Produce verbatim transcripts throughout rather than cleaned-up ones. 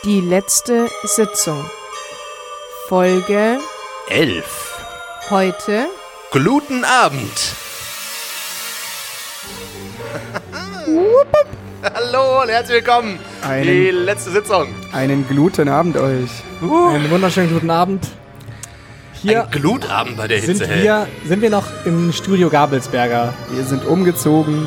Die letzte Sitzung. Folge elf. Heute Glutenabend. Hallo und herzlich willkommen. Einen, Die letzte Sitzung. Einen guten Abend euch. Uh. Einen wunderschönen guten Abend. Hier Ein Glutabend bei der sind Hitze. Hey. wir, sind wir noch im Studio Gabelsberger. Wir sind umgezogen.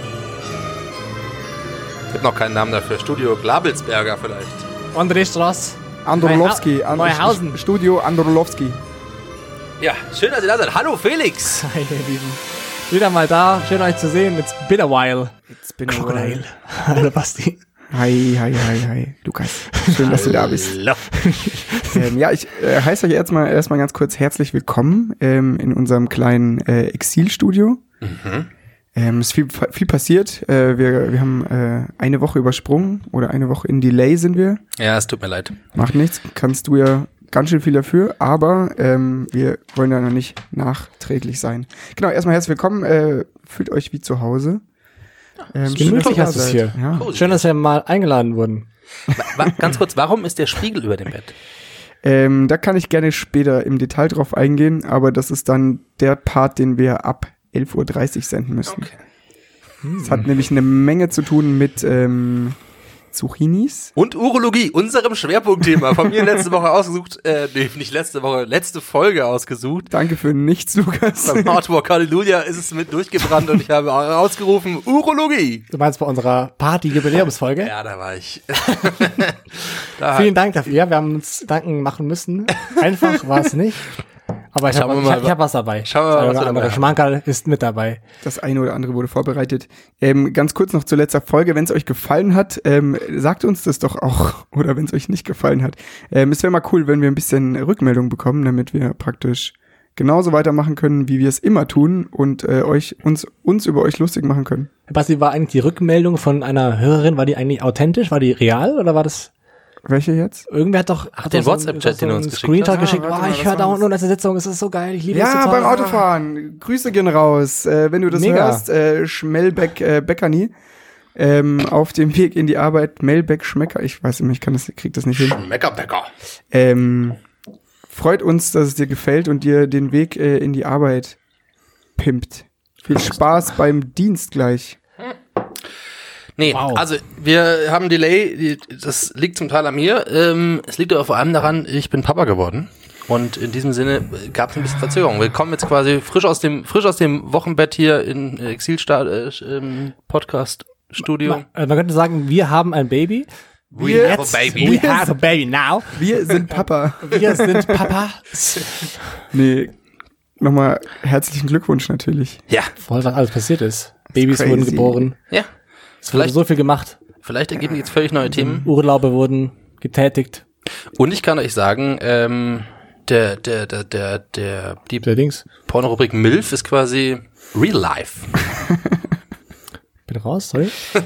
Ich habe noch keinen Namen dafür. Studio Glabelsberger vielleicht. André Straß. Androlowski. Neuha- Neuhausen. Studio Androlowski. Ja, schön, dass ihr da seid. Hallo Felix. Hi, ihr Lieben. Wieder mal da. Schön euch zu sehen. It's been a while. It's been a while. Hallo Basti. Hi, hi, hi, hi. Lukas. Schön, dass du da bist. Hallo. ähm, ja, ich äh, heiße euch erstmal erstmal ganz kurz herzlich willkommen ähm, in unserem kleinen äh, Exilstudio. Mhm. Ähm, es ist viel, viel passiert. Äh, wir, wir haben äh, eine Woche übersprungen oder eine Woche in Delay sind wir. Ja, es tut mir leid. Macht nichts, kannst du ja ganz schön viel dafür, aber ähm, wir wollen ja noch nicht nachträglich sein. Genau, erstmal herzlich willkommen, äh, fühlt euch wie zu Hause. Ähm, Schön, dass dass ihr du da seid. hier. Ja. Cool. Schön, dass wir mal eingeladen wurden. Wa- wa- ganz kurz, warum ist der Spiegel über dem Bett? Ähm, da kann ich gerne später im Detail drauf eingehen, aber das ist dann der Part, den wir ab elf Uhr dreißig senden müssen. Okay. Es hat nämlich eine Menge zu tun mit ähm, Zucchinis. Und Urologie, unserem Schwerpunktthema. Von mir letzte Woche ausgesucht, äh, nee, nicht letzte Woche, letzte Folge ausgesucht. Danke für nichts, Lukas. Beim Artwork Halleluja ist es mit durchgebrannt und ich habe ausgerufen, Urologie. Du meinst bei unserer Party-Jubiläumsfolge? Ja, da war ich. da Vielen Dank dafür. Ja, wir haben uns Gedanken machen müssen. Einfach war es nicht. Aber ich Schauen habe wir mal, hab, ich hab was dabei. schauen wir mal, Das was wir eine oder andere dabei haben. Schmankerl ist mit dabei. Das eine oder andere wurde vorbereitet. Ähm, ganz kurz noch zur letzten Folge. Wenn es euch gefallen hat, ähm, sagt uns das doch auch. Oder wenn es euch nicht gefallen hat. Ähm, es wäre mal cool, wenn wir ein bisschen Rückmeldung bekommen, damit wir praktisch genauso weitermachen können, wie wir es immer tun und äh, euch uns uns über euch lustig machen können. Basti, war eigentlich die Rückmeldung von einer Hörerin, war die eigentlich authentisch? War die real oder war das... Welche jetzt? Irgendwer hat doch, hat den doch so WhatsApp-Chat, so den du einen uns geschickt Screenshot hast. geschickt. Ah, warte Oh, mal, ich was höre da war unten unter der Sitzung, es ist so geil, ich liebe es Ja, total. beim Autofahren. Grüße gehen raus. Äh, wenn du das Mega. hörst, äh, Schmellbeck äh, Bäckerni. Ähm, auf dem Weg in die Arbeit, Melbeck Schmecker. Ich weiß nicht, ich kann das, krieg das nicht hin. Schmeckerbäcker. Ähm, freut uns, dass es dir gefällt und dir den Weg äh, in die Arbeit pimpt. Viel Spaß beim Dienst gleich. Nee, Wow. also wir haben Delay, die, das liegt zum Teil an mir. Ähm, es liegt aber vor allem daran, ich bin Papa geworden. Und in diesem Sinne gab es ein bisschen Verzögerung. Wir kommen jetzt quasi frisch aus dem frisch aus dem Wochenbett hier in Exilstadt äh, ähm, Podcast Studio. Man, äh, man könnte sagen, wir haben ein Baby. We have Jetzt- a baby. We have a baby now. Wir sind Papa. Wir sind Papa. Nee, nochmal herzlichen Glückwunsch natürlich. Ja, Voll, was alles passiert ist. Babys crazy. wurden geboren. ja. Es wurde Vielleicht, so viel gemacht. vielleicht ergeben jetzt völlig neue Themen. Urlaube wurden getätigt. Und ich kann euch sagen, ähm, der der der der der die Allerdings, Pornorubrik MILF ist quasi Real Life. bin raus, sorry.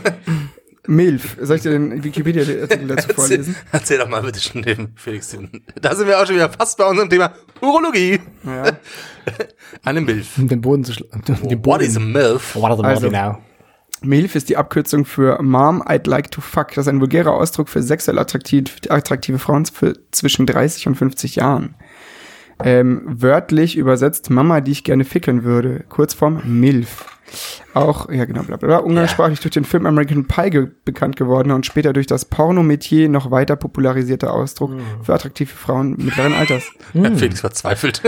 Milf. Soll ich dir den Wikipedia-Artikel dazu vorlesen? Erzähl doch mal bitte schon dem Felix. Da sind wir auch schon wieder fast bei unserem Thema Urologie. Ja. Eine MILF. Um den Boden zu schlagen. What is a MILF? What is a Also, body now? MILF ist die Abkürzung für Mom, I'd like to fuck. Das ist ein vulgärer Ausdruck für sexuell attraktiv, attraktive Frauen für zwischen dreißig und fünfzig Jahren. Ähm, wörtlich übersetzt Mama, die ich gerne ficken würde. Kurzform MILF. Auch, ja genau, bla bla bla, umgangssprachlich durch den Film American Pie ge- bekannt geworden und später durch das Pornometier noch weiter popularisierter Ausdruck für attraktive Frauen mittleren Alters. Ja, Felix verzweifelt.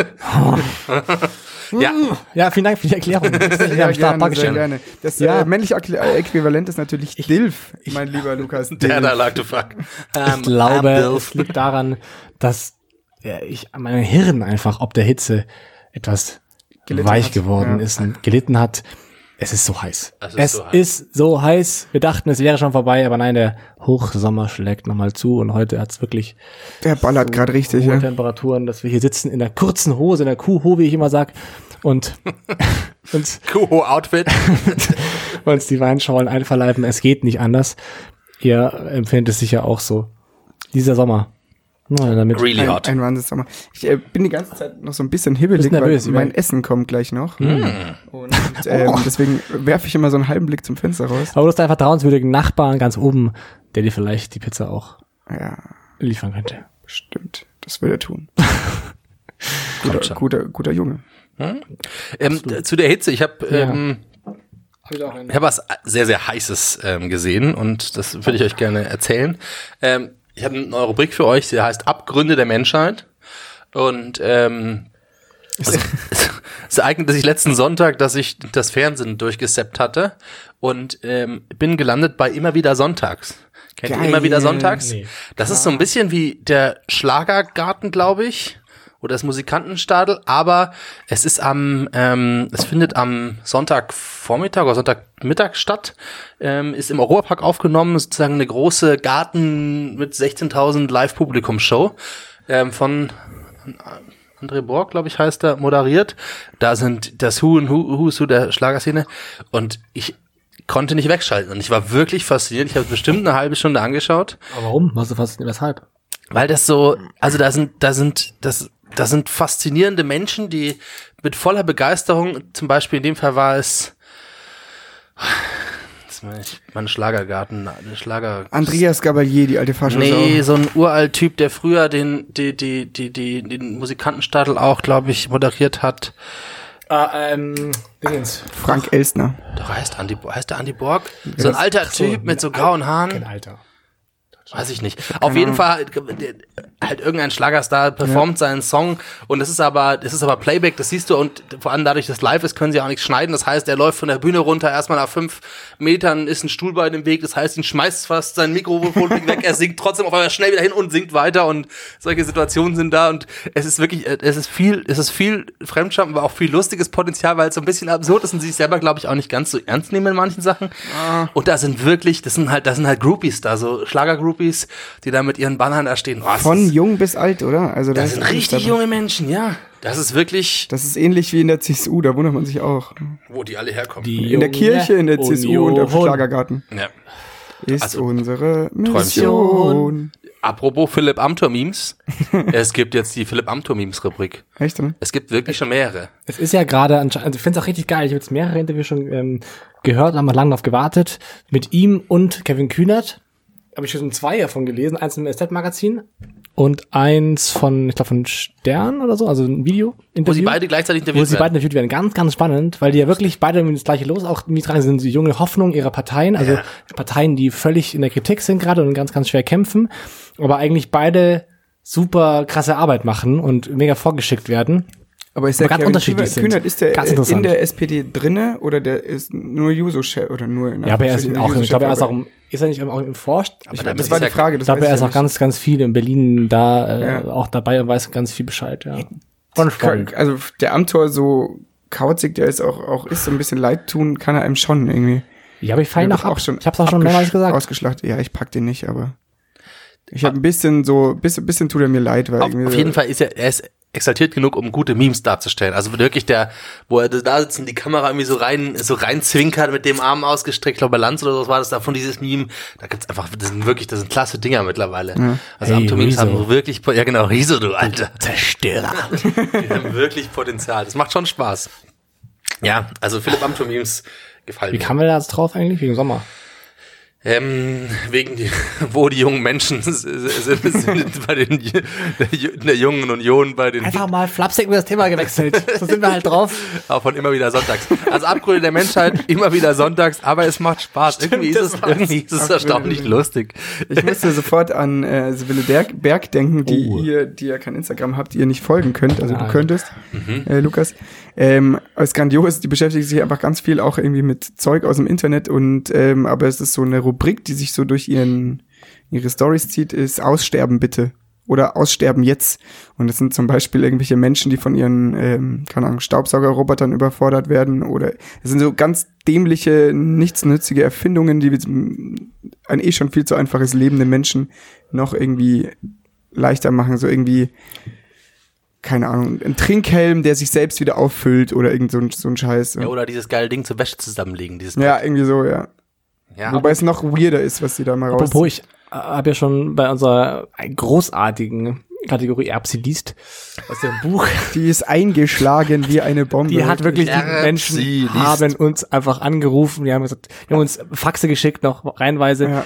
Ja, Ja, vielen Dank für die Erklärung. Das ist Sehr am Start gerne, Dankeschön. sehr gerne. Das Ja. äh, männliche Äqu- äh, Äquivalent ist natürlich DILF, mein lieber Lukas. der da lag, du fuck. Ich glaube, es liegt daran, dass ja, ich mein Hirn einfach ob der Hitze etwas Gelitten weich hat, geworden ja. ist und gelitten hat. Es ist so heiß. Es ist Es so heiß. ist so heiß. Wir dachten, es wäre schon vorbei, aber nein, der Hochsommer schlägt nochmal zu und heute hat's wirklich Der ballert gerade richtig, hohe ja. Temperaturen, dass wir hier sitzen in der kurzen Hose, in der Kuhho, wie ich immer sag, und uns, Kuho-Outfit. uns die Weinschorlen einverleiben. Es geht nicht anders. Ihr empfindet es sicher auch so. Dieser Sommer. Na, damit. Really Ein, hot. ein Wahnsinnssommer. Ich äh, bin die ganze Zeit noch so ein bisschen hibbelig, Bist nervös, weil mein oder? Essen kommt gleich noch. Mm. Und ähm, deswegen werfe ich immer so einen halben Blick zum Fenster raus. Aber du hast einen vertrauenswürdigen Nachbarn ganz oben, der dir vielleicht die Pizza auch Ja, liefern könnte. stimmt. Das will er tun. guter, guter, guter Junge. Hm? Ähm, zu der Hitze, ich habe Ja. ähm, ich habe was sehr, sehr Heißes ähm, gesehen und das würde ich euch gerne erzählen. Ähm, ich habe eine neue Rubrik für euch, die heißt Abgründe der Menschheit. Und ähm, also, es ereignete sich letzten Sonntag, dass ich das Fernsehen durchgesappt hatte und ähm, bin gelandet bei Immer wieder Sonntags. Kennt ihr Geil. Immer wieder Sonntags? Nee. Das ist so ein bisschen wie der Schlagergarten, glaube ich. Oder das Musikantenstadel, aber es ist am, ähm, es findet am Sonntagvormittag oder Sonntagmittag statt, ähm, ist im Europapark aufgenommen, sozusagen eine große Garten mit sechzehntausend Live-Publikum-Show ähm, von André Borg, glaube ich, heißt er, moderiert. Da sind das Who und Who, Who's Who der Schlagerszene und ich konnte nicht wegschalten und ich war wirklich fasziniert. Ich habe bestimmt eine halbe Stunde angeschaut. Aber warum? Was, was, weshalb? Weil das so, also da sind, da sind, das, da sind faszinierende Menschen, die mit voller Begeisterung, zum Beispiel in dem Fall war es, das meine ich, mein Schlagergarten, eine Schlager. Andreas Gabalier, die alte Faschosau. Nee, so ein uralt Typ, der früher den, die, die, die, die, den Musikantenstadel auch, glaube ich, moderiert hat. Ah, ähm, Dingens. Frank Elstner. Doch heißt Andi, heißt der Andi Borg? So ein alter Ach so, Typ mit so grauen Haaren. Kein Alter. Weiß ich nicht. Auf jeden Fall halt, halt irgendein Schlagerstar performt seinen Song und das ist aber, das ist aber Playback, das siehst du und vor allem dadurch, dass es live ist, können sie auch nichts schneiden. Das heißt, er läuft von der Bühne runter, erstmal nach fünf Metern ist ein Stuhl bei dem Weg, das heißt, ihn schmeißt fast sein Mikrofon weg, er singt trotzdem auf einmal schnell wieder hin und singt weiter und solche Situationen sind da und es ist wirklich, es ist viel, es ist viel Fremdscham, aber auch viel lustiges Potenzial, weil es so ein bisschen absurd ist und sie sich selber, glaube ich, auch nicht ganz so ernst nehmen in manchen Sachen. Und da sind wirklich, das sind halt, das sind halt Groupies da, so Schlagergroupies, die da mit ihren Bannern da stehen. Oh, Von ist, jung bis alt, oder? Also das ist sind alles richtig dabei. junge Menschen, ja. Das ist wirklich, Das ist ähnlich wie in der C S U, da wundert man sich auch. wo die alle herkommen. Die In der Kirche, in der C S U und im Union. Schlagergarten. ja. Ist Also, unsere Mission. Apropos Philipp Amthor-Memes, es gibt jetzt die Philipp Amthor-Memes-Rubrik. Echt, oder? Es gibt wirklich schon mehrere. Es ist ja gerade anscheinend, also ich finde es auch richtig geil. Ich habe jetzt mehrere Interviews schon ähm, gehört, haben wir lange darauf gewartet. Mit ihm und Kevin Kühnert habe ich schon zwei davon gelesen. Eins im S Z-Magazin und eins von, ich glaube, von Stern oder so, also ein Video-Interview. Wo sie beide gleichzeitig Wo interviewt sie beide werden. interviewt werden. Ganz, ganz spannend, weil die ja wirklich beide das gleiche los auch mittragen, sind die junge Hoffnung ihrer Parteien, also Ja. Parteien, die völlig in der Kritik sind gerade und ganz, ganz schwer kämpfen, aber eigentlich beide super krasse Arbeit machen und mega vorgeschickt werden. Aber ist der Aber ganz Kevin unterschiedlich sind. Kühnert, ist der Ganz äh, in interessant. der S P D drinne oder der ist nur Juso-Chef oder nur in Ja, aber er ist Anführungsstrichen auch, ich Juso-Chef, glaube, er ist auch, aber- im- ist er nicht auch im Forst? Aber Ich, damit Das ist war die ja- Frage. ich Das glaube, weiß er ich ist ja auch ganz, ganz viel in Berlin da, äh, Ja. auch dabei und weiß ganz viel Bescheid, ja. Schon spannend. nicht. Also der Amtor, so kauzig der ist auch, auch ist, so ein bisschen leid tun kann er einem schon irgendwie. Ja, aber ich fahre ihn Der auch wird ab. Ich hab's auch schon abgesch- mehrmals gesagt. Ausgeschlachtet. Ja, ich pack den nicht, aber ich habe ein bisschen so, bisschen, bisschen tut er mir leid, weil Auf, irgendwie auf so- jeden Fall ist er, er ist exaltiert genug, um gute Memes darzustellen. Also wirklich der, wo er da sitzt und die Kamera irgendwie so rein, so rein zwinkert mit dem Arm ausgestreckt, ich glaube bei Lanz oder so war das davon dieses Meme. Da gibt's einfach, das sind wirklich, das sind klasse Dinger mittlerweile. Also Hey, Amthor-Memes Rezo. haben wirklich, ja genau, Riso, du Alter. Zerstörer. Die haben wirklich Potenzial. Das macht schon Spaß. Ja, also Philipp Amthor-Memes gefallen Wie mir. kamen wir da jetzt drauf eigentlich? Wegen Sommer. Ähm, wegen die, wo die jungen Menschen sind, sind bei den, in der Jungen Union, bei den, Einfach mal flapsig über das Thema gewechselt. So sind wir halt drauf. auch von immer wieder sonntags. Also Abgründe der Menschheit, immer wieder sonntags, aber es macht Spaß. irgendwie ist es, irgendwie ist es Abgründe erstaunlich der lustig. Ich musste sofort an äh, Sibylle Berg, Berg denken, die Oh. ihr, die ihr kein Instagram habt, die ihr nicht folgen könnt. Also Nein. du könntest, äh, Lukas. Ähm, als grandios, die beschäftigt sich einfach ganz viel auch irgendwie mit Zeug aus dem Internet und ähm, aber es ist so eine Rubrik, die sich so durch ihren ihre Stories zieht, ist Aussterben bitte oder Aussterben jetzt. Und das sind zum Beispiel irgendwelche Menschen, die von ihren, ähm, keine Ahnung, Staubsaugerrobotern überfordert werden oder es sind so ganz dämliche, nichtsnützige Erfindungen, die ein eh schon viel zu einfaches Leben den Menschen noch irgendwie leichter machen, so irgendwie, keine Ahnung, ein Trinkhelm, der sich selbst wieder auffüllt oder irgend so ein, so ein Scheiß. Ja, oder dieses geile Ding zur Wäsche zusammenlegen. Dieses Ja, irgendwie so, ja. ja. Wobei es noch weirder ist, was die da mal raus. Apropos, ich äh, habe ja schon bei unserer großartigen Kategorie Erbsi liest aus dem Buch. Die ist eingeschlagen wie eine Bombe. Die hat wirklich, die Erbsi Menschen liest. haben uns einfach angerufen, die haben gesagt, die haben uns Faxe geschickt, noch reihenweise. Ja.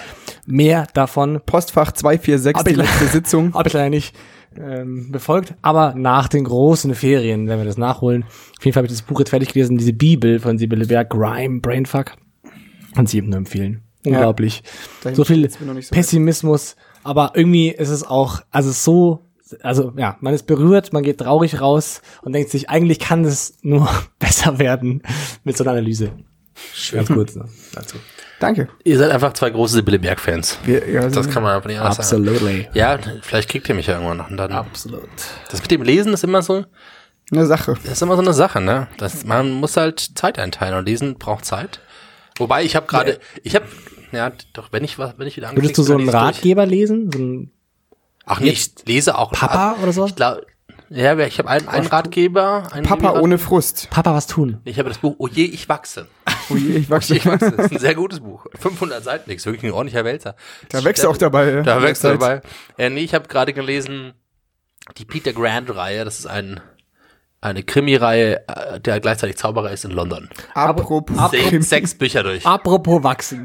mehr davon. Postfach zwei vier sechs, Hab die ich le- letzte Sitzung. Habe ich leider nicht ähm, befolgt, aber nach den großen Ferien werden wir das nachholen. Auf jeden Fall habe ich das Buch jetzt fertig gelesen, diese Bibel von Sibylle Berg, Grime, Brainfuck. Kann sie eben nur empfehlen. Unglaublich. Dahin So viel geht's mir noch nicht so Pessimismus, aber irgendwie ist es auch, also so, also ja, man ist berührt, man geht traurig raus und denkt sich, eigentlich kann es nur besser werden mit so einer Analyse. Ganz kurz ne, dazu. Danke. Ihr seid einfach zwei große Sibylle Berg-Fans. Wir, ja, Das kann man einfach nicht anders sagen. Absolutely. Ja, vielleicht kriegt ihr mich ja irgendwann noch. Und dann, Absolut. das mit dem Lesen ist immer so, eine Sache. das ist immer so eine Sache, ne? Das, man muss halt Zeit einteilen und Lesen braucht Zeit. Wobei, ich habe gerade, ich habe, ja, doch, wenn ich was, wenn ich wieder Würdest du so einen lese ich durch. Ratgeber lesen? So ein Ach nee, ich lese auch. Papa oder so? Ich glaube, ja, ich habe einen, einen Ratgeber. Einen Papa Babyrat- ohne Frust. Papa was tun? Ich habe das Buch Oh je, ich wachse. Oh je, ich wachse. Ich wachse. Das ist ein sehr gutes Buch. fünfhundert Seiten, nichts, wirklich ein ordentlicher Wälzer. Da wächst du auch dabei. ja. Da wächst du Zeit. dabei. Äh, nee, ich habe gerade gelesen, die Peter Grant-Reihe, das ist ein, eine Krimi-Reihe, äh, der gleichzeitig Zauberer ist in London. Apropos Sech- Krimi. Sechs Bücher durch. Apropos wachsen.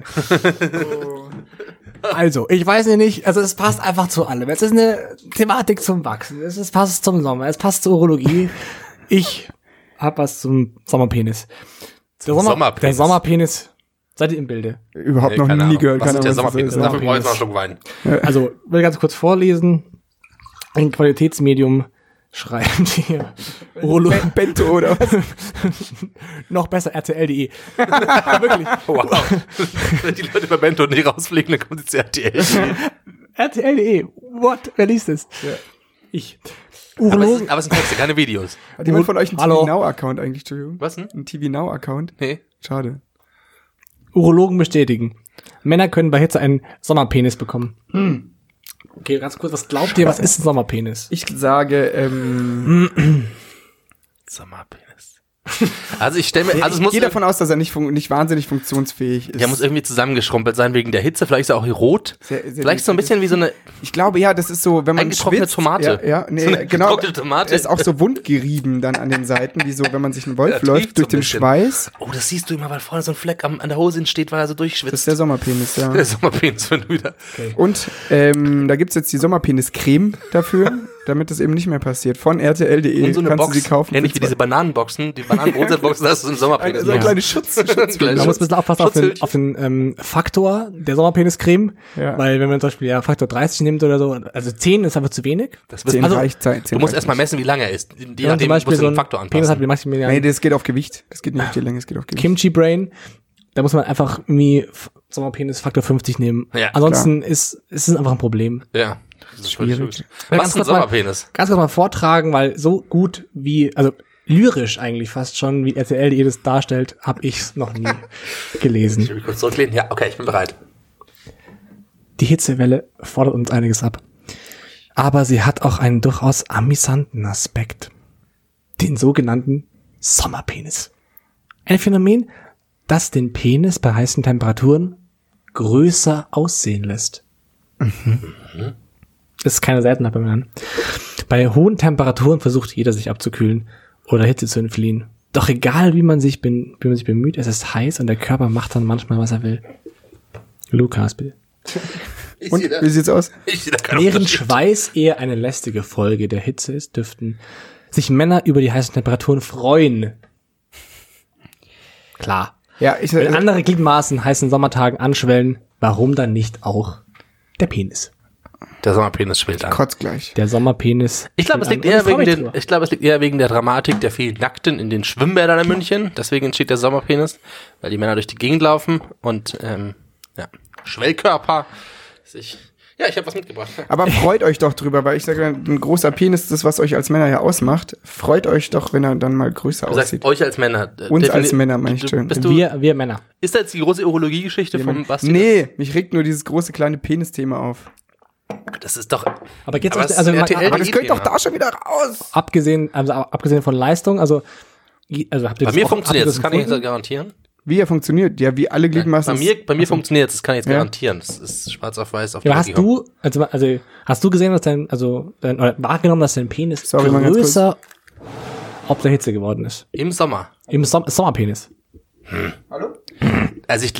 Also, ich weiß nicht, also es passt einfach zu allem. Es ist eine Thematik zum Wachsen. Es ist, passt zum Sommer. Es passt zur Urologie. Ich hab was zum Sommerpenis. Der, Sommer, Sommerpenis. der Sommerpenis. Seid ihr im Bilde? Überhaupt Nee, noch keine nie Ahnung. gehört. Was Keine ist der Ahnung, was das Sommerpenis? ist. Dafür brauche ich noch einen Schluck Wein. Also, will ganz kurz vorlesen. Ein Qualitätsmedium schreibt hier. Urolo Ben- Bento oder was? noch besser, R T L punkt de. Wirklich. Wow. Wenn die Leute bei Bento nicht rausfliegen, dann kommt jetzt R T L. R T L punkt de. What? Wer liest es? Ich. Aber es, Urologen. ist, aber es sind Texte, keine Videos. Hat jemand von euch einen Hallo. T V Now-Account eigentlich, Entschuldigung? Was denn? Ein T V Now-Account? Nee. Schade. Urologen bestätigen. Männer können bei Hitze einen Sommerpenis bekommen. Okay, ganz kurz, was glaubt ihr, was ist ein Sommerpenis? Ich sage, ähm, Sommerpenis. Also ich stelle mir, also es ich muss, gehe davon aus, dass er nicht, fun nicht wahnsinnig funktionsfähig ist. der muss irgendwie zusammengeschrumpelt sein wegen der Hitze. Vielleicht ist er auch rot. Sehr- sehr Vielleicht so ein bisschen wie so eine, Ich glaube, ja, das ist so, wenn man Eingetrocknete schwitzt, Tomate. Ja, ja nee, So eine genau. getrocknete Tomate. Er ist auch so wundgerieben dann an den Seiten, wie so, wenn man sich einen Wolf Ja, läuft trieft so durch ein den bisschen. Schweiß. oh, das siehst du immer, weil vorne so ein Fleck am, an der Hose entsteht, weil er so Das ist durchschwitzt. der Sommerpenis, ja. Der Sommerpenis, wenn du wieder. Und ähm, da gibt's jetzt die Sommerpenis-Creme dafür, damit das eben nicht mehr passiert. Von R T L punkt de Und so eine kannst Box, du sie kaufen. ähnlich für wie diese zwei- Bananenboxen, die Bananenbrotboxen, da hast du so einen Sommerpenis. Eine, so eine Ja. kleine Schutz. Schutz Kleine Man muss ein bisschen aufpassen auf den, Schutzhüllchen. auf den ähm, Faktor der Sommerpeniscreme, Ja. weil wenn man zum Beispiel ja Faktor dreißig nimmt oder so, also zehn ist einfach zu wenig. Das zehn also, reicht, zehn du musst reicht erstmal nicht. messen, wie lang er ist. Je Wenn man zum nachdem Beispiel musst du so den einen Faktor Penis hat anpassen. wie Maximilian Nee, das geht auf Gewicht. Das geht nicht auf die Länge, es geht auf Gewicht. Kimchi Brain, da muss man einfach irgendwie F- Sommerpenis Faktor fünfzig nehmen. Ja, Ansonsten ist, ist es einfach ein Problem. Ja. Das ist völlig Schwierig. schwierig. Ganz Was ist ein kurz mal- Sommerpenis? Ganz kurz mal vortragen, weil so gut wie, also lyrisch eigentlich fast schon, wie R T L punkt de das darstellt, habe ich noch nie gelesen. Ich will mich kurz zurücklehnen. Ja, okay, ich bin bereit. Die Hitzewelle fordert uns einiges ab. Aber sie hat auch einen durchaus amüsanten Aspekt. Den sogenannten Sommerpenis. Ein Phänomen, das den Penis bei heißen Temperaturen größer aussehen lässt. Das ist keine Seltenheit bei Männern. Bei hohen Temperaturen versucht jeder sich abzukühlen oder Hitze zu entfliehen. Doch egal wie man sich, bin, wie man sich bemüht, es ist heiß und der Körper macht dann manchmal, was er will. Lukas, bitte. Ich Und, sehe da, wie sieht's aus? ich sehe da keinen Während Unterschied. Schweiß eher eine lästige Folge der Hitze ist, dürften sich Männer über die heißen Temperaturen freuen. Klar. Ja, ich Wenn also, andere Gliedmaßen heißen Sommertagen anschwellen, warum dann nicht auch der Penis? Der Sommerpenis schwillt an. kotz gleich. Der Sommerpenis. Ich glaube, es liegt Und eher ich freu wegen mich den, drüber. ich glaube, es liegt eher wegen der Dramatik der vielen Nackten in den Schwimmbädern in München. Deswegen entsteht der Sommerpenis, weil die Männer durch die Gegend laufen und ähm, ja, Schwellkörper sich. Ja, ich habe was mitgebracht. Aber freut euch doch drüber, weil ich sage, ein großer Penis ist das, was euch als Männer ja ausmacht. Freut euch doch, wenn er dann mal größer Du sagst aussieht. euch als Männer. äh, Uns defini- als Männer, meine ich du, schön. bist du, Wir, wir Männer. Ist das jetzt die große Urologie-Geschichte vom Basti? Nee, mich regt nur dieses große kleine Penis-Thema auf. Das ist doch. Aber geht's Aber euch, es also ist mal, R T L. Aber das die könnte doch Thema. da schon wieder raus. abgesehen, also abgesehen von Leistung, also, also habt ihr Bei das mir auch- funktioniert habt das, ihr kann ich empfunden? jetzt garantieren. Wie er funktioniert, ja, wie alle Bei Gliedmaßen. mir, bei mir funktioniert das, kann ich jetzt Ja. garantieren. Das ist schwarz auf weiß auf Ja, die aber hast Logik. du, also, also hast du gesehen, dass dein, also dein, oder wahrgenommen, dass dein Penis Sorry, mal ganz kurz. größer ob der Hitze geworden ist? Im Sommer. Im Som Sommerpenis. Hallo? Also ich,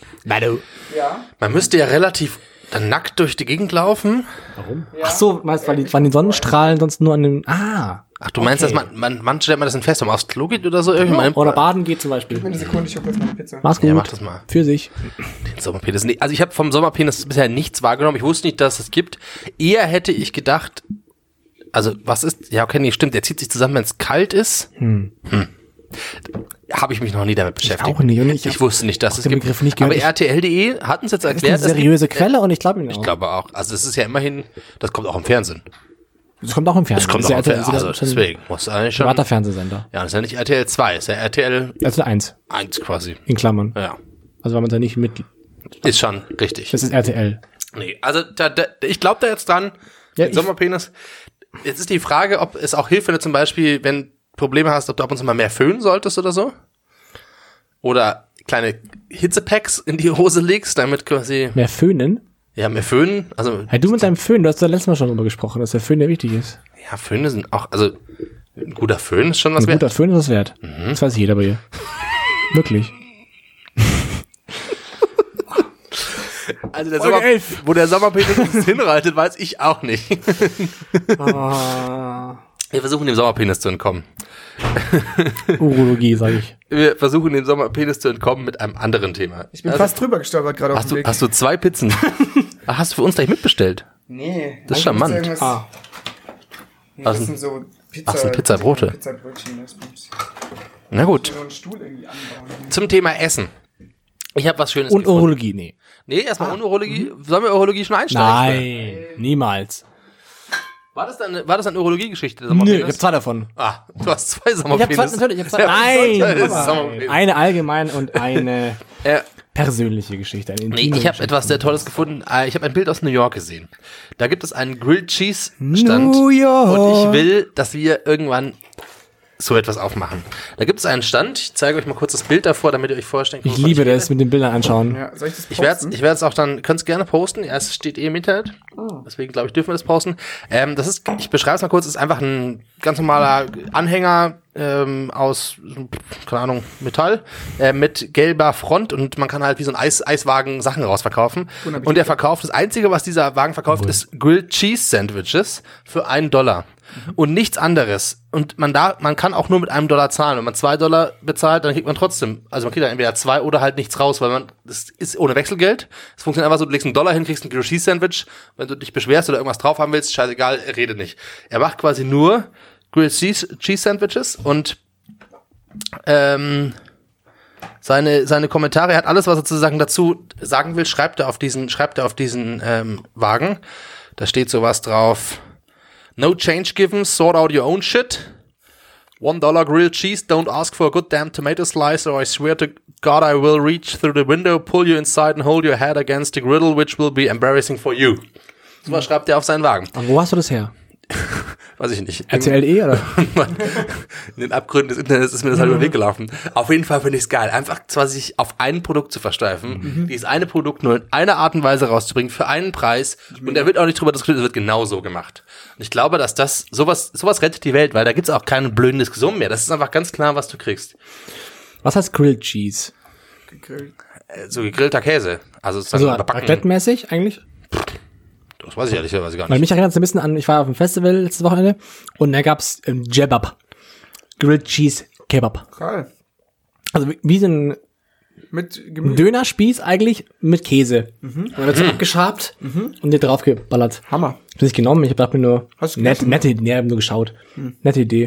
Manu. Ja. Man müsste ja relativ dann nackt durch die Gegend laufen. Warum? Ach so, meinst du, weil die, weil die Sonnenstrahlen sonst nur an dem, ah. Ach, du meinst, Okay. dass man, man, man stellt man das in fest, wenn man aufs Klo geht oder so? Irgendwann. Oder baden geht zum Beispiel. Gib mir eine Sekunde, ich hol kurz meine Pizza. Mach's gut. Ja, mach das mal. Für sich. Den Sommerpenis. Nee, also ich habe vom Sommerpenis bisher nichts wahrgenommen. Ich wusste nicht, dass es gibt. Eher hätte ich gedacht, also was ist, ja okay, nee, stimmt, der zieht sich zusammen, wenn es kalt ist. Hm. hm. Habe ich mich noch nie damit beschäftigt. auch nicht. Und ich ich hab wusste nicht, dass auch es den gibt. Begriff nicht gehört. Aber Ich- R T L punkt de hat uns jetzt Das ist erklärt, eine seriöse Quelle und ich glaube ihn auch. ich glaube auch. Also es ist ja immerhin, das kommt auch im Fernsehen. Das kommt auch im Fernsehen. Das kommt ist auch ja im Fernsehen. R T L, Also ist ja deswegen muss eigentlich schon. privater Fernsehsender. Ja, das ist ja nicht R T L zwei, ist ja R T L Also eins, eins quasi. in Klammern. Ja, Also weil man da nicht mit, ist schon richtig. das ist R T L. Nee, also da, da, ich glaube da jetzt dran, Ja, den ich- Sommerpenis. Jetzt ist die Frage, ob es auch hilft, wenn du zum Beispiel, wenn Probleme hast, ob du ab und zu mal mehr föhnen solltest oder so. Oder kleine Hitzepacks in die Hose legst, damit quasi, Mehr Föhnen? ja, mehr föhnen. Also, Hey, du mit deinem Föhn, du hast da letztes Mal schon drüber gesprochen, dass der Föhn ja wichtig ist. ja, Föhne sind auch, also, ein guter Föhn ist schon was Ein wert. guter Föhn ist was wert. Das weiß jeder bei ihr. Wirklich. Also der Folge Sommer, elf. wo der Sommerpenis uns hinreitet, weiß ich auch nicht. Ah. Wir versuchen dem Sommerpenis zu entkommen. Urologie, sage ich. Wir versuchen dem Sommerpenis zu entkommen mit einem anderen Thema. Ich bin Also, fast drüber gestolpert gerade auf hast dem du, Weg. hast du zwei Pizzen? Ach, hast du für uns gleich mitbestellt? Nee. Das ist Eigentlich charmant. gibt's irgendwas- Ah. Nee, Was das denn? sind so Pizza, Ach, sind Pizzabrote. Pizzabrötchen. Das muss Na gut, so einen Stuhl irgendwie anbauen. zum Thema Essen. Ich habe was Schönes Und gefunden. Urologie, nee. Nee, erstmal ohne Urologie. Sollen wir Urologie schon einsteigen? Nein, niemals. War das dann, war das eine Urologie-Geschichte? der Nö, ich Sommerpenis? hab zwei davon. Ah, du hast zwei Ich hab Sommerpenis. zwei, natürlich, ich hab zwei. Ja, Nein, das ist aber Sommerpenis. eine allgemein und eine Äh, persönliche Geschichte. Eine Nee, intime ich habe Geschichte. etwas sehr Tolles gefunden. Äh, Ich habe ein Bild aus New York gesehen. Da gibt es einen Grilled Cheese Stand. New York. Und ich will, dass wir irgendwann so etwas aufmachen. Da gibt es einen Stand. Ich zeige euch mal kurz das Bild davor, damit ihr euch vorstellen könnt. Ich wovon liebe rede. das mit den Bildern anschauen. Ja, soll ich das Ich werde posten? ich werde es auch dann, könnt es gerne posten. Ja, es steht eh im Internet. Oh. Deswegen glaube ich, dürfen wir das posten. Ähm, das ist, ich beschreibe es mal kurz, ist einfach ein ganz normaler Anhänger ähm, aus, keine Ahnung, Metall, äh, mit gelber Front und man kann halt wie so ein Eis, Eiswagen Sachen rausverkaufen. Und der verkauft, das Einzige, was dieser Wagen verkauft, ist Grilled Cheese Sandwiches für einen Dollar. Und nichts anderes. Und man da, man kann auch nur mit einem Dollar zahlen. Wenn man zwei Dollar bezahlt, dann kriegt man trotzdem, also man kriegt dann entweder zwei oder halt nichts raus, weil man, das ist ohne Wechselgeld. Es funktioniert einfach so, du legst einen Dollar hin, kriegst ein Grilled Cheese Sandwich. Wenn du dich beschwerst oder irgendwas drauf haben willst, scheißegal, er redet nicht. Er macht quasi nur Grilled Cheese, Cheese Sandwiches und, ähm, seine, seine Kommentare, er hat alles, was er sozusagen dazu sagen will, schreibt er auf diesen, schreibt er auf diesen, ähm, Wagen. Da steht sowas drauf. No change given, sort out your own shit. One dollar grilled cheese, don't ask for a good damn tomato slice or I swear to God I will reach through the window, pull you inside and hold your head against the griddle, which will be embarrassing for you. So was schreibt er auf seinen Wagen. Und wo hast du das her? Weiß ich nicht. R T L E oder? In den Abgründen des Internets ist mir das halt über den Weg gelaufen. Auf jeden Fall finde ich es geil, einfach zwar sich auf ein Produkt zu versteifen, dieses eine Produkt nur in einer Art und Weise rauszubringen, für einen Preis, und da wird auch nicht drüber diskutiert, es wird genau so gemacht. Und ich glaube, dass das, sowas, sowas rettet die Welt, weil da gibt's auch keine blöden Diskussionen mehr. Das ist einfach ganz klar, was du kriegst. Was heißt Grilled Cheese? Gegrillt. Äh, So gegrillter Käse. Also sozusagen Also überbacken. raclette-mäßig eigentlich? Das weiß ich ehrlicherweise gar Weil nicht. mich erinnert es ein bisschen an, ich war auf dem Festival letztes Wochenende und da gab's ähm, Jebab. Grilled Cheese Kebab. Geil. Also wie- wie so ein Mit ein Gemüse. Dönerspieß eigentlich mit Käse. Und dann wird's so abgeschabt und den draufgeballert. Hammer. Ich hab's nicht genommen, ich hab gedacht mir nur, Hast du nett, gegessen? nette, nee, ich hab nur geschaut. Nette Idee.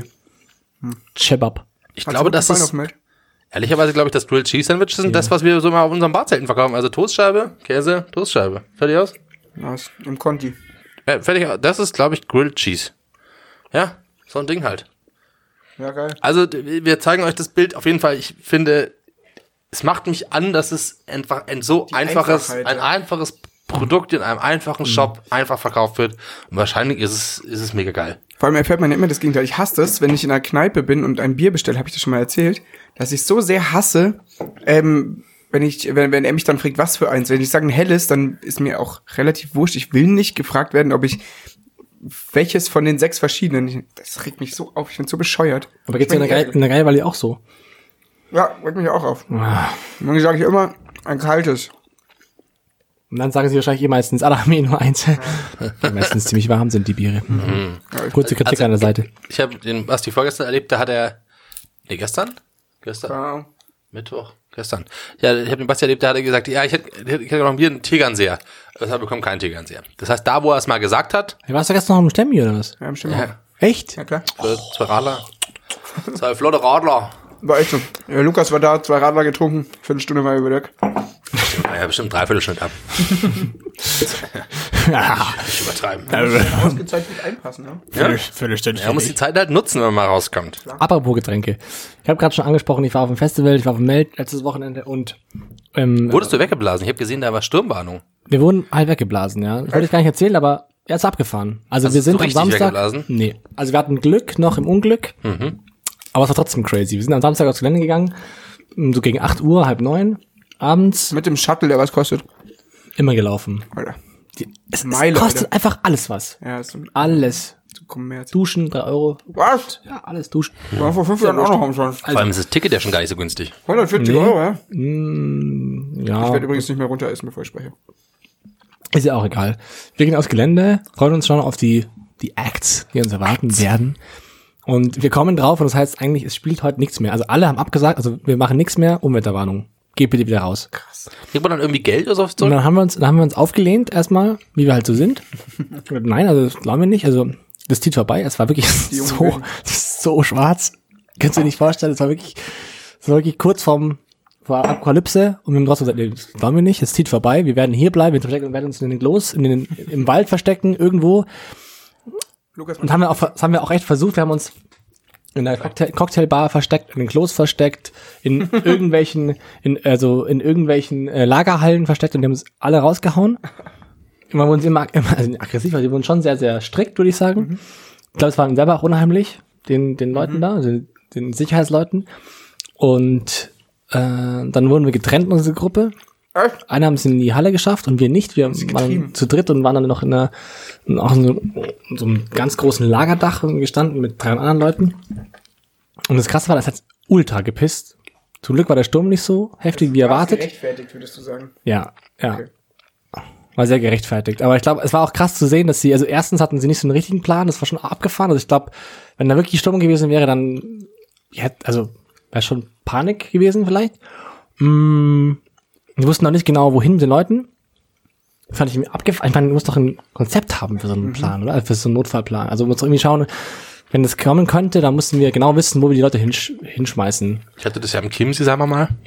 Kebab. Ich Hat's glaube, gut das gefallen ist, auf dem Bild? ehrlicherweise glaube ich, das Grilled Cheese Sandwiches sind das, was wir so mal auf unseren Barzelten verkaufen. Also Toastscheibe, Käse, Toastscheibe. Fertig aus? Nice. Im Conti. Ja, fertig. Das ist, glaube ich, Grilled Cheese. Ja, so ein Ding halt. Ja, geil. Also, d- wir zeigen euch das Bild. Auf jeden Fall, ich finde, es macht mich an, dass es einfach ein so einfaches, Einfachheit, ein ja. einfaches Produkt in einem einfachen Shop einfach verkauft wird. Und wahrscheinlich ist es, ist es mega geil. Vor allem erfährt man immer das Gegenteil. Ich hasse das, wenn ich in einer Kneipe bin und ein Bier bestelle, habe ich das schon mal erzählt, dass ich so sehr hasse, ähm, wenn ich, wenn, wenn er mich dann fragt, was für eins. Wenn ich sage ein helles, dann ist mir auch relativ wurscht. Ich will nicht gefragt werden, ob ich welches von den sechs verschiedenen. Ich, das regt mich so auf. Ich bin so bescheuert. Aber geht's ja in der, Geil, in der Geil Valley auch so. Ja, regt mich auch auf. Ah. Und dann sage ich immer, Ein kaltes. Und dann sagen sie wahrscheinlich eh meistens, alle haben eh nur eins. Die meistens ziemlich warm sind die Biere. Mhm. Kurze Kritik Also, an der Seite. Ich habe den Basti vorgestern erlebt, da hat er, nee, gestern? Gestern? Ja. Mittwoch? Gestern. Ja, ich habe den Basti erlebt, da hat er gesagt, ja, ich hätte, ich hätte noch ein Bier, einen Tegernseher. Das hat bekommen keinen Tegernseher. Das heißt, da, wo er es mal gesagt hat, Hey, warst du gestern noch im Stemmi oder was? Ja, stimmt. ja, Echt? Ja, klar. für zwei Radler, zwei flotte Radler. War echt so. Ja, Lukas war da, zwei Radler getrunken, Viertelstunde war über weg. Ja, bestimmt dreiviertel Schnitt ab. Ja. Nicht übertreiben. Ausgezeichnet gut einpassen, ne? Ja? Viertelstunde. Er muss die Zeit halt nutzen, wenn man mal rauskommt. Apropos Getränke. Ich habe gerade schon angesprochen, ich war auf dem Festival, ich war auf dem Meld letztes Wochenende und ähm, Wurdest du weggeblasen? Ich habe gesehen, da war Sturmwarnung. wir wurden halt weggeblasen, ja. Ich wollte es gar nicht erzählen, aber er ist abgefahren. Also Hast wir du sind am richtig Samstag. weggeblasen? Nee. Also wir hatten Glück noch im Unglück, Mhm. aber es war trotzdem crazy. Wir sind am Samstag aufs Gelände gegangen, so gegen acht Uhr, halb neun, abends, Mit dem Shuttle, der was kostet. immer gelaufen. Alter. Die, es, Meile, es kostet Alter. einfach alles was. Ja, ist so ein Alles. Kommerz. Duschen, drei Euro. Was? Ja, alles duschen. War vor fünf Jahren auch noch umsonst. Vor allem ist das Ticket ja schon gar nicht so günstig. hundertvierzig Nee. Euro, ja? Ja. Ich werde übrigens nicht mehr runter essen, bevor ich spreche. Ist ja auch egal. Wir gehen aufs Gelände, freuen uns schon auf die, die Acts, die uns erwarten werden. Und wir kommen drauf und das heißt eigentlich, es spielt heute nichts mehr. Also alle haben abgesagt, also wir machen nichts mehr, Umwelterwarnung. Geht bitte wieder raus. Kriegt man dann irgendwie Geld oder so? Und dann haben wir uns, dann haben wir uns aufgelehnt erstmal, wie wir halt so sind. Nein, also das glauben wir nicht. Also das zieht vorbei. Es war wirklich jungen so, Wilden. so schwarz. Kannst du dir nicht vorstellen, es war wirklich, es war wirklich kurz vorm, vor Apokalypse und wir haben trotzdem gesagt, nee, das glauben wir nicht, es zieht vorbei, wir werden hier bleiben, wir verstecken, werden uns in den Klos, in den, im Wald verstecken, irgendwo. Lukas, Und haben wir auch, das haben wir auch echt versucht, wir haben uns in der Cocktail, Cocktailbar versteckt, in den Klos versteckt, in irgendwelchen, in, also in irgendwelchen äh, Lagerhallen versteckt und die haben uns alle rausgehauen. Wir wurden immer, immer also aggressiv, also die wurden schon sehr, sehr strikt, würde ich sagen. Mhm. Ich glaube, es war ihnen selber auch unheimlich, den, den Leuten mhm. da, also den Sicherheitsleuten. Und äh, dann wurden wir getrennt, unsere Gruppe. Echt? Einer haben es in die Halle geschafft und wir nicht. Wir waren zu dritt und waren dann noch in einer, auch in so, in so einem ganz großen Lagerdach gestanden mit drei anderen Leuten. Und das Krasse war, das hat ultra gepisst. Zum Glück war der Sturm nicht so heftig wie erwartet. gerechtfertigt, würdest du sagen. Ja, ja. Okay. War sehr gerechtfertigt. Aber ich glaube, es war auch krass zu sehen, dass sie, also erstens hatten sie nicht so einen richtigen Plan, das war schon abgefahren. Also ich glaube, wenn da wirklich Sturm gewesen wäre, dann hätte, also wäre schon Panik gewesen vielleicht. Mm. Wir wussten noch nicht genau, wohin mit den Leuten. Fand ich mir abgefahren. Ich meine, du musst doch ein Konzept haben für so einen Plan, oder? Für so einen Notfallplan. Also, du musst doch irgendwie schauen, wenn das kommen könnte, dann mussten wir genau wissen, wo wir die Leute hinsch- hinschmeißen. Ich hatte das ja im Chiemsee, sagen wir mal.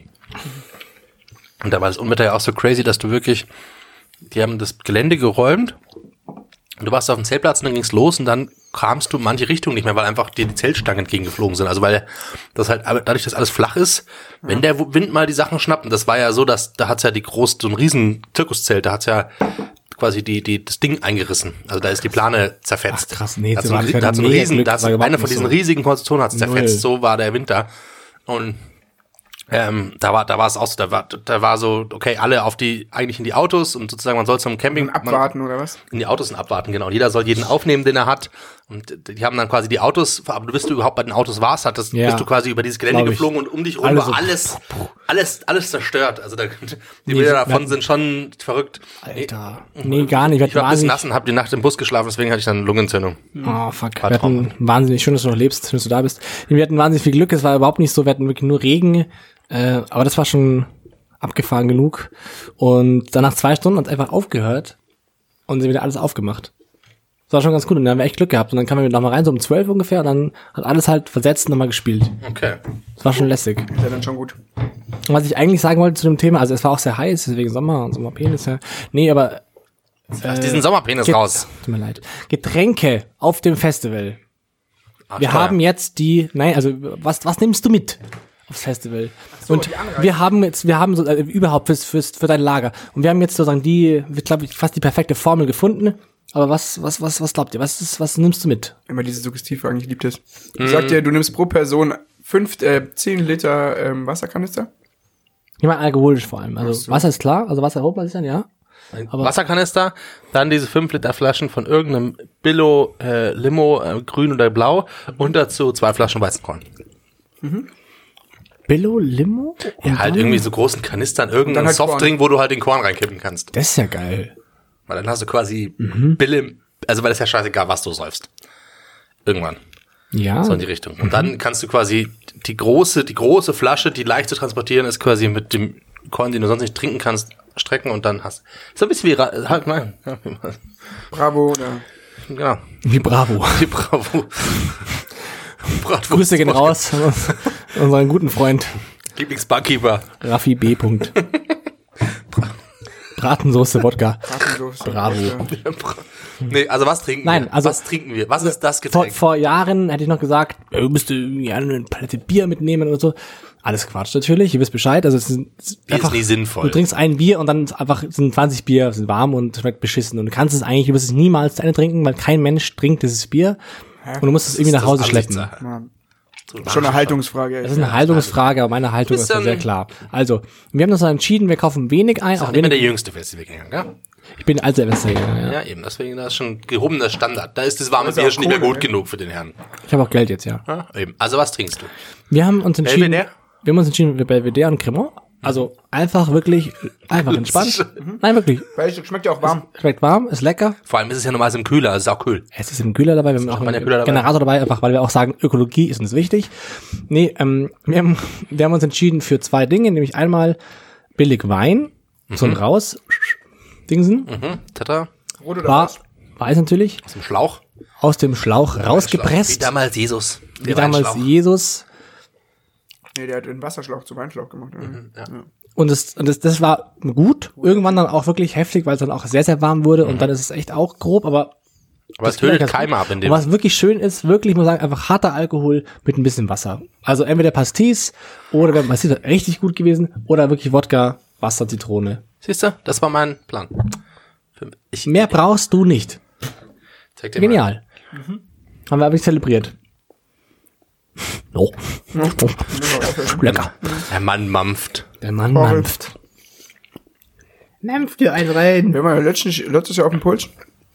Und da war das Unwetter ja auch so crazy, dass du wirklich, die haben das Gelände geräumt. Und du warst auf dem Zeltplatz und dann ging's los und dann kamst du in manche Richtungen nicht mehr, weil einfach dir die Zeltstangen entgegengeflogen sind. Also weil das halt, dadurch, dass alles flach ist, wenn der Wind mal die Sachen schnappt, und das war ja so, dass da hat's ja die groß, so ein riesen Zirkuszelt, da hat's ja quasi die, die, das Ding eingerissen. Also da ist die Plane zerfetzt. Ach, krass, nee, da hat's das war so, kein da hat's so einen mega riesen, Glück, da hat's das war überhaupt eine von nicht diesen so. riesigen Konstruktionen hat's zerfetzt. Null. So war der Winter. Und Ähm, da war, da war es auch so, da war, da war so, okay, alle auf die, eigentlich in die Autos und sozusagen, man soll zum Camping. Und abwarten, man, oder was? In die Autos und abwarten, genau. Jeder soll jeden aufnehmen, den er hat. Und die haben dann quasi die Autos, aber du bist du überhaupt bei den Autos warst, hattest, Ja. bist du quasi über dieses Gelände Glaub ich. geflogen und um dich rum Alle war so- alles, alles, alles zerstört. Also da, die Nee, Bilder wir- davon sind schon verrückt. Alter. Nee, gar nicht. Wir Ich war hatten bis wahnsinnig, nass und hab die Nacht im Bus geschlafen, deswegen hatte ich dann Lungenentzündung. oh, fuck. War Wir hatten wahnsinnig, schön, dass du noch lebst, schön, dass du da bist. Wir hatten wahnsinnig viel Glück, es war überhaupt nicht so, wir hatten wirklich nur Regen, äh, aber das war schon abgefahren genug. Und dann nach zwei Stunden hat es einfach aufgehört und sind wieder alles aufgemacht. Das war schon ganz gut und dann haben wir echt Glück gehabt. Und dann kamen wir nochmal rein, so um zwölf ungefähr, und dann hat alles halt versetzt und nochmal gespielt. Okay. Das war schon lässig. Ist ja dann schon gut. Und was ich eigentlich sagen wollte zu dem Thema, also es war auch sehr heiß, deswegen Sommer und Sommerpenis, ja. Nee, aber Lass diesen Sommerpenis Get- raus. Tut mir leid. Getränke auf dem Festival. Ach, Wir Steuer. haben jetzt die, nein, also was was nimmst du mit aufs Festival? Und die Anreise. wir haben jetzt, wir haben so äh, überhaupt fürs, fürs für dein Lager und wir haben jetzt sozusagen die, ich glaube, fast die perfekte Formel gefunden. Aber was was was was glaubt ihr? Was ist, was nimmst du mit? Immer diese Suggestivfragen, ich liebe das. Ich sag dir, du nimmst pro Person fünf, äh, zehn Liter ähm, Wasserkanister. Ich meine alkoholisch vor allem. Also so. Wasser ist klar, also Wasser holt man sich dann, ja. Aber- Wasserkanister, dann diese fünf Liter Flaschen von irgendeinem Billo, äh, Limo, äh, grün oder blau und dazu zwei Flaschen Weizenkorn. Billo Limo? Ja, Und halt dann- irgendwie so großen Kanistern, irgendein halt Softdrink, wo du halt den Korn reinkippen kannst. Das ist ja geil. Weil dann hast du quasi Bille, also weil das ist ja scheißegal, was du säufst. Irgendwann. Ja. So in die Richtung. Und dann kannst du quasi die große, die große Flasche, die leicht zu transportieren ist, quasi mit dem Korn, den du sonst nicht trinken kannst, strecken und dann hast. So ein bisschen wie, Ra- halt, nein. Bravo oder Genau. Wie Bravo. Die Bravo. Bratwurst. Grüße gehen raus an uns- unseren guten Freund Lieblingsbarkeeper. Raffi B. Punkt. Bratensoße Wodka. Bratensoße. Bravo. Nee, also was trinken Nein, wir? also- was trinken wir? Was ist das Vor, Getränk? vor Jahren hätte ich noch gesagt, äh, du müsst irgendwie eine Palette Bier mitnehmen oder so. Alles Quatsch natürlich, ihr wisst Bescheid. Also es ist, es ist Bier ist einfach, nie sinnvoll. Du trinkst ein Bier und dann ist einfach sind zwanzig Bier, sind warm und schmeckt beschissen. Und du kannst es eigentlich, du wirst es niemals zu Ende trinken, weil kein Mensch trinkt dieses Bier. Und du musst es irgendwie nach Hause schleppen. Ja. Schon eine Haltungsfrage. Das ist eine Haltungsfrage, aber meine Haltung ist da Bisschen- sehr klar. Also, wir haben uns dann entschieden, wir kaufen wenig ein. Auch Auch immer der wenig, jüngste Festivalgänger, gell? ich bin also Investor, ja. Ja, eben. Deswegen, das ist schon gehobener Standard. Da ist das warme Das ist Bier auch schon nicht mehr cool, gut ne? genug für den Herrn. Ich habe auch Geld jetzt, ja. Ja, eben. Also was trinkst du? Wir haben uns entschieden, Belvedere? wir haben uns entschieden für Belvedere und Cremant. Also einfach wirklich, einfach entspannt. Nein, wirklich. Weil es schmeckt ja auch warm. Schmeckt warm, ist lecker. Vor allem ist es ja normalerweise im Kühler, also es ist auch kühl. Es ist ein Kühler dabei, wir haben auch mal der einen Kühler dabei? Generator dabei, einfach weil wir auch sagen, Ökologie ist uns wichtig. Nee, ähm, wir haben, wir haben uns entschieden für zwei Dinge, nämlich einmal billig Wein, so ein raus, Dingsen, Mhm. Tata. Rot oder war, was? weiß natürlich, Aus dem Schlauch. aus dem Schlauch Wie rausgepresst, damals Jesus. wie damals Weinschlauch. Jesus. Nee, der hat einen Wasserschlauch zu Weinschlauch gemacht. Oder? Ja. Und das, und das, das war gut, irgendwann dann auch wirklich heftig, weil es dann auch sehr, sehr warm wurde und dann ist es echt auch grob, aber Aber es das tötet ganz Keime gut. ab in Und dem. was wirklich schön ist, wirklich, ich muss sagen, einfach harter Alkohol mit ein bisschen Wasser. Also entweder Pastis oder wenn Pastis ist richtig gut gewesen oder wirklich Wodka, Wasser, Zitrone. Siehst du? Das war mein Plan. Für- Ich Mehr brauchst du nicht. zeig dir mal. Genial. Haben wir wirklich zelebriert. Oh. Lecker. Der Mann mampft. Der Mann Voll. mampft. Mampft dir ein rein. Wir waren ja letztens, letztes Jahr auf dem Puls.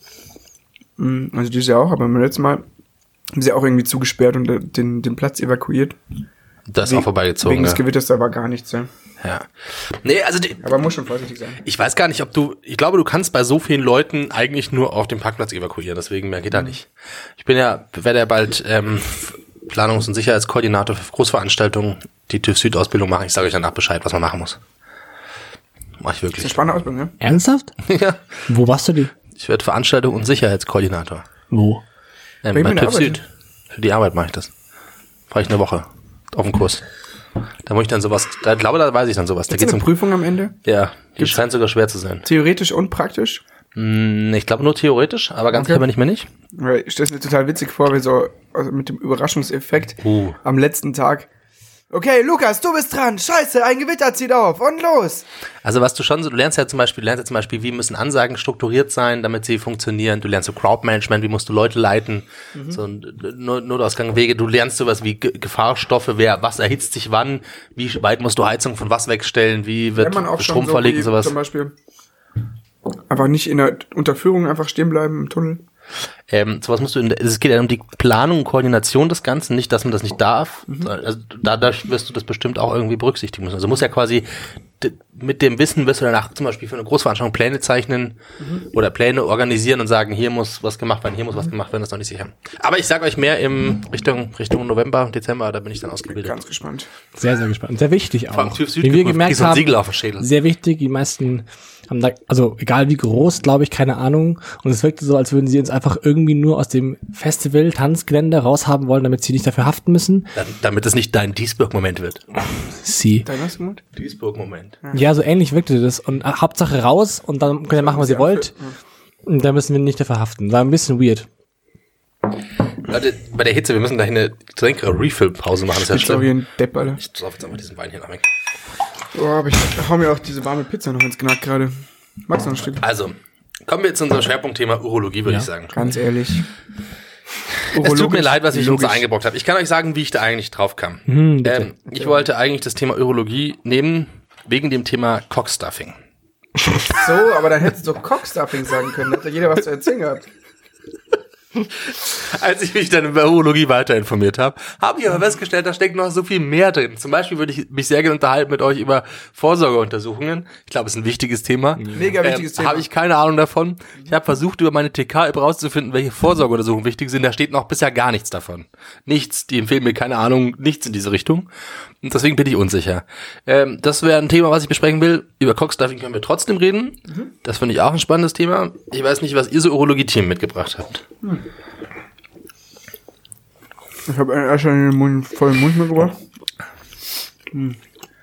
Mm, Also dieses Jahr auch, aber beim letzten Mal haben sie auch irgendwie zugesperrt und äh, den, den Platz evakuiert. Das ist auch vorbeigezogen. Wegen des Ja. Gewitters, da war gar nichts. Ja. ja. Nee, also die, Aber man muss schon vorsichtig sein. ich weiß gar nicht, ob du, ich glaube, du kannst bei so vielen Leuten eigentlich nur auf dem Parkplatz evakuieren, deswegen mehr geht da nicht. Ich bin ja, werde ja bald ähm, Planungs- und Sicherheitskoordinator für Großveranstaltungen, die TÜV Süd-Ausbildung machen. Ich sage euch danach Bescheid, was man machen muss. Mach ich Das ist eine wirklich. spannende Ausbildung, ne? Ernsthaft? Ja. Wo warst du die? Ich werde Veranstaltung und Sicherheitskoordinator. Wo? Ähm, Bei bei mir in der TÜV Arbeit? Süd. Für die Arbeit mache ich das. Fahre ich eine Woche auf den Kurs. Da muss ich dann sowas, da glaube da weiß ich dann sowas. Da Gibt's geht's eine um, Prüfung am Ende? ja, die scheint sogar schwer zu sein. Theoretisch und praktisch? Hm, Ich glaube nur theoretisch, aber ganz Okay. sicher bin ich mir nicht. Weil ich stelle mir total witzig vor, wie so also mit dem Überraschungseffekt Uh. am letzten Tag. Okay, Lukas, du bist dran. Scheiße, ein Gewitter zieht auf. Und los. Also was du schon so, du lernst ja zum Beispiel, du lernst ja zum Beispiel, wie müssen Ansagen strukturiert sein, damit sie funktionieren. Du lernst so Crowdmanagement, wie musst du Leute leiten, so Not- Notausgangwege. Du lernst sowas wie Ge- Gefahrstoffe, wer, was erhitzt sich wann, wie weit musst du Heizung von was wegstellen, wie wird Wenn man auch Strom schon so verlegt wie und sowas. zum Beispiel einfach nicht in der Unterführung einfach stehen bleiben im Tunnel. Ähm, sowas musst du, in der, es geht ja um die Planung und Koordination des Ganzen, nicht, dass man das nicht darf. Also dadurch wirst du das bestimmt auch irgendwie berücksichtigen müssen. Also muss ja quasi d- mit dem Wissen wirst du danach zum Beispiel für eine Großveranstaltung Pläne zeichnen oder Pläne organisieren und sagen, hier muss was gemacht werden, hier muss was gemacht werden, das ist noch nicht sicher. Aber ich sage euch mehr im Richtung Richtung November, Dezember, da bin ich dann ausgebildet. Ganz gespannt. Sehr, sehr gespannt. Sehr wichtig auch. Vor allem TÜV Süd Wie wir kriegt man- gemerkt kriegt so ein haben, Siegel auf den Schädel. sehr wichtig. Die meisten haben da, also egal wie groß, glaube ich, keine Ahnung. Und es wirkte so, als würden sie uns einfach irgendwie nur aus dem Festival, Tanzgelände raushaben wollen, damit sie nicht dafür haften müssen. Dann, damit es nicht dein Duisburg-Moment wird. Sie. Dein was gemacht? Duisburg-Moment. Ja, so ähnlich wirkte das. Und äh, Hauptsache raus und dann könnt ihr machen, was ihr wollt. Und da müssen wir nicht dafür haften. War ein bisschen weird. Leute, bei der Hitze, wir müssen gleich eine Getränke-Refill-Pause machen, das ist ja Ich glaube, wie schlimm. ein Depp, Alter. Ich sauf jetzt einfach diesen Wein hier noch weg. Oh, aber ich hau mir auch diese warme Pizza noch ins Knack gerade. Magst du noch ein Stück? Also, kommen wir zu unserem Schwerpunktthema Urologie, würde Ja. ich sagen. Ganz ehrlich. Es tut mir leid, was ich uns logisch. da eingebrockt habe. Ich kann euch sagen, wie ich da eigentlich drauf kam. Hm, bitte. ähm, ich wollte eigentlich das Thema Urologie nehmen, wegen dem Thema Cockstuffing. So, aber dann hättest du doch Cockstuffing sagen können. Hätte jeder was zu erzählen gehabt. Als ich mich dann über Urologie weiter informiert habe, habe ich aber festgestellt, da steckt noch so viel mehr drin. Zum Beispiel würde ich mich sehr gerne unterhalten mit euch über Vorsorgeuntersuchungen. Ich glaube, es ist ein wichtiges Thema. Mega wichtiges ähm, Thema. Habe ich keine Ahnung davon. Ich habe versucht, über meine T K-App rauszufinden, welche Vorsorgeuntersuchungen wichtig sind. Da steht noch bisher gar nichts davon. Nichts. Die empfehlen mir, keine Ahnung, nichts in diese Richtung. Und deswegen bin ich unsicher. Ähm, das wäre ein Thema, was ich besprechen will. Über Cockstuffing können wir trotzdem reden. Mhm. Das finde ich auch ein spannendes Thema. Ich weiß nicht, was ihr so Urologie-Themen mitgebracht habt. Hm. Ich habe erst einen Mund, vollen Mund mitgebracht. Hm.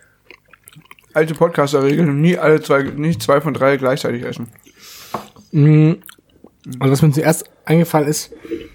Alte Podcaster-Regel, nie alle zwei, nicht zwei von drei gleichzeitig essen. Mhm. Also was mir zuerst eingefallen ist,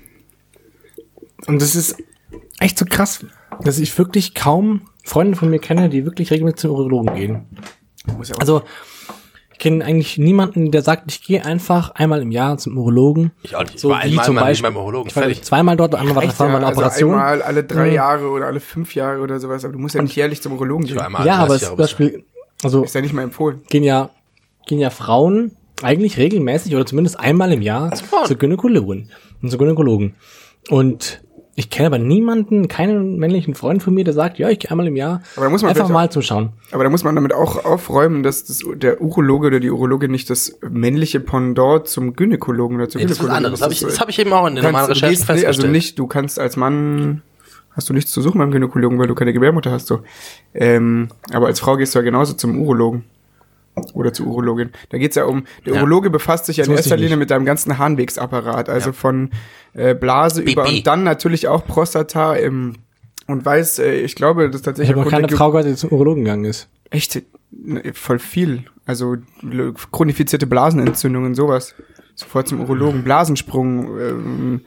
und das ist echt so krass, dass ich wirklich kaum Freunde von mir kenne, die wirklich regelmäßig zum Urologen gehen. Also ich kenne eigentlich niemanden, der sagt, ich gehe einfach einmal im Jahr zum Urologen. Ich auch nicht. So war wie einmal zum beim Beispiel beim Urologen. ich war zweimal dort, einmal war Echt, davor ja, mal eine also Operation. einmal alle drei Mhm. Jahre oder alle fünf Jahre oder sowas, aber du musst ja nicht jährlich zum Urologen gehen. Einmal Ja, aber dreißig es, Jahre zum Beispiel, also Ist ja nicht mal empfohlen. gehen ja gehen ja Frauen eigentlich regelmäßig oder zumindest einmal im Jahr zur Gynäkologin und zur Gynäkologen. Und ich kenne aber niemanden, keinen männlichen Freund von mir, der sagt, ja, ich gehe einmal im Jahr Aber da muss man einfach vielleicht mal auch- zum Schauen. Aber da muss man damit auch aufräumen, dass das, der Urologe oder die Urologin nicht das männliche Pendant zum Gynäkologen oder zur Nee, das ist was Gynäkologin anderes. Das habe ich, so- das hab ich eben auch in den kannst- normalen du Recherchen gehst- nee, festgestellt. Also nicht, du kannst als Mann, hast du nichts zu suchen beim Gynäkologen, weil du keine Gebärmutter hast. So. Ähm, aber als Frau gehst du ja genauso zum Urologen. Oder zur Urologin. Da geht's ja um, der Ja. Urologe befasst sich ja Das in wusste ich erster Linie nicht. mit deinem ganzen Harnwegsapparat, also von äh, Blase B B. über und dann natürlich auch Prostata im, und weiß, äh, ich glaube, das ist Ich tatsächlich habe noch aufgrund keine der Frau gehört, die zum Urologen gegangen ist. Echt ne, voll viel. Also l- chronifizierte Blasenentzündungen, sowas. Sofort zum Urologen, Blasensprung, ähm,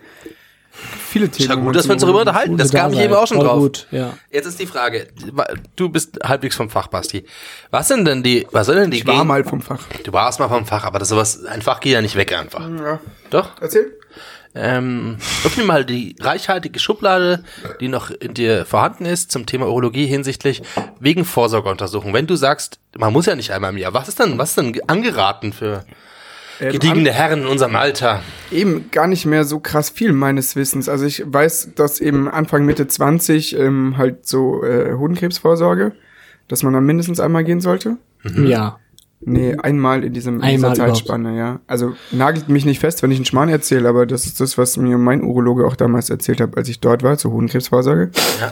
viele Themen. Ja wo man gut, dass zum wir uns darüber Urologen- unterhalten. Das Gute kam ich Dasein. eben auch schon Voll drauf. gut, ja. Jetzt ist die Frage, du bist halbwegs vom Fach, Basti. Was sind denn die, was sind denn die Ich war Gen- mal vom Fach. Du warst mal vom Fach, aber das sowas, ein Fach geht ja nicht weg einfach. Ja. Doch? Erzähl. Ähm, öffne mal die reichhaltige Schublade, die noch in dir vorhanden ist, zum Thema Urologie hinsichtlich wegen Vorsorgeuntersuchung. Wenn du sagst, man muss ja nicht einmal im Jahr, was ist denn, was ist denn angeraten für Ähm, gediegene Herren in unserem Alter? Eben gar nicht mehr so krass viel meines Wissens. Also ich weiß, dass eben Anfang, Mitte zwanzig ähm, halt so äh, Hodenkrebsvorsorge, dass man dann mindestens einmal gehen sollte. Ja. Nee, einmal in diesem in Einmal dieser Zeitspanne, ja. Also nagelt mich nicht fest, wenn ich einen Schmarrn erzähle, aber das ist das, was mir mein Urologe auch damals erzählt hat, als ich dort war, zur Hodenkrebsvorsorge. Ja.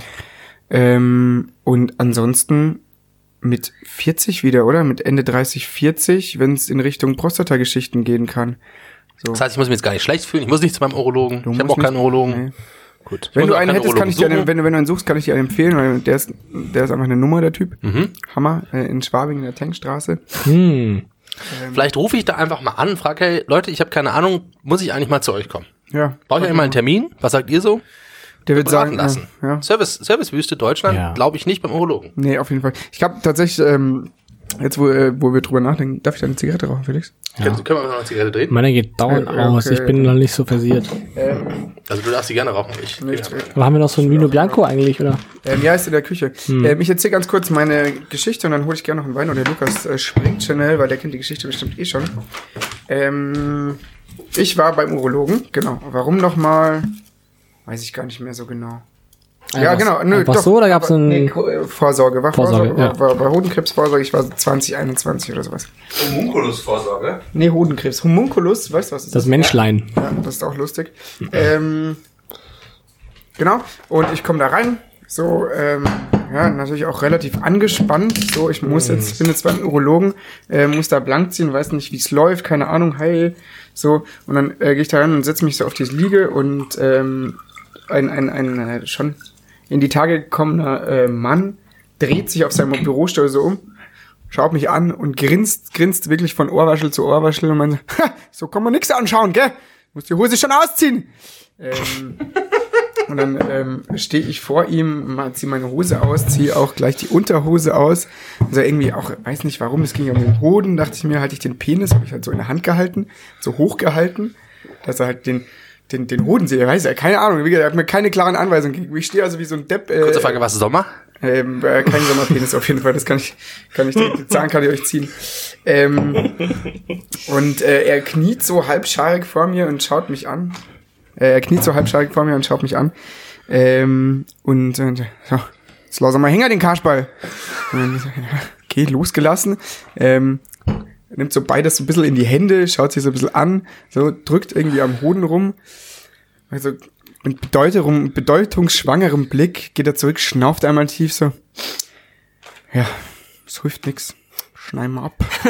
Ähm, und ansonsten mit vierzig wieder, oder? Mit Ende dreißig, vierzig, wenn es in Richtung Prostatageschichten gehen kann. So. Das heißt, ich muss mich jetzt gar nicht schlecht fühlen, ich muss nicht zu meinem Urologen, Du ich habe musst auch keinen nicht- Urologen. Nee. Gut. Ich Wenn muss du auch einen keinen hättest, kann Urologen ich dir, suchen. einen, wenn, du- wenn du einen suchst, kann ich dir einen empfehlen, weil der ist, der ist einfach eine Nummer, der Typ. Mhm. Hammer, äh, in Schwabing in der Tankstraße. Hm. Vielleicht rufe ich da einfach mal an und frage, hey, Leute, ich habe keine Ahnung, muss ich eigentlich mal zu euch kommen? Ja. Brauche ich eigentlich mal einen Termin? Was sagt ihr so? Der wird Beraten sagen, lassen. Ja, ja. Service, Servicewüste Deutschland, Ja. glaube ich nicht beim Urologen. Nee, auf jeden Fall. Ich habe tatsächlich, ähm, jetzt wo, äh, wo wir drüber nachdenken, darf ich da eine Zigarette rauchen, Felix? Können, können wir noch eine Zigarette drehen? Meiner geht dauernd Ja, aus. okay. Ich bin noch nicht so versiert. Ähm, Also du darfst sie gerne rauchen. Ich, nicht, ja. Aber haben wir noch so ein Vino Bianco eigentlich, oder? ähm, ja, ist in der Küche. Ähm, ich erzähle ganz kurz meine Geschichte und dann hole ich gerne noch einen Wein. Und der Lukas äh, springt schnell, weil der kennt die Geschichte bestimmt eh schon. Ähm, ich war beim Urologen, genau. Warum nochmal? Weiß ich gar nicht mehr so genau. Ja, Einfach- genau. Nö, einfach doch, so, oder gab's aber- ein- nee, Ko- äh, Vorsorge. War Vorsorge, Vorsorge, ja. war, war, war Hodenkrebsvorsorge. Ich war so zwanzig einundzwanzig oder sowas. Homunkulusvorsorge. Nee, Hodenkrebs. Homunculus, weißt du, was ist Das Menschlein. Ja, das ist auch lustig. Ähm, genau. Und ich komme da rein. So, ähm, ja, natürlich auch relativ angespannt. So, ich muss jetzt, bin jetzt beim Urologen, äh, muss da blank ziehen, weiß nicht, wie es läuft, keine Ahnung, heil. So, und dann äh, gehe ich da rein und setze mich so auf diese Liege und ähm, ein, ein, ein äh, schon in die Tage gekommener äh, Mann dreht sich auf seinem Bürostuhl so um, schaut mich an und grinst, grinst wirklich von Ohrwaschel zu Ohrwaschel und man so, ha, so kann man nichts anschauen, gell? Muss die Hose schon ausziehen. Ähm, und dann ähm, stehe ich vor ihm, ziehe meine Hose aus, ziehe auch gleich die Unterhose aus. Also irgendwie auch, weiß nicht warum, es ging um den Hoden, dachte ich mir, halte ich den Penis, habe ich halt so in der Hand gehalten, so hoch gehalten, dass er halt den den den Hoden sehe, weiß er, keine Ahnung, wie gesagt, er hat mir keine klaren Anweisungen gegeben. Ich stehe also wie so ein Depp. Äh, Kurze Frage, was ist Sommer? Ähm, äh, kein Sommerpenis auf jeden Fall, das kann ich, kann ich, die Zahlen kann ich euch ziehen. Ähm, und äh, er kniet so halbscharig vor mir und schaut mich an. Äh, er kniet so halbstarrig vor mir und schaut mich an. Ähm, und, und so, jetzt lass mal hängen, den Kasperl. Und dann so, ja, okay, losgelassen. Ähm, nimmt so beides so ein bisschen in die Hände, schaut sich so ein bisschen an, so drückt irgendwie am Hoden rum. Also mit bedeutung, bedeutungsschwangerem Blick geht er zurück, schnauft einmal tief so. Ja, es hilft nix. Schneiden wir ab.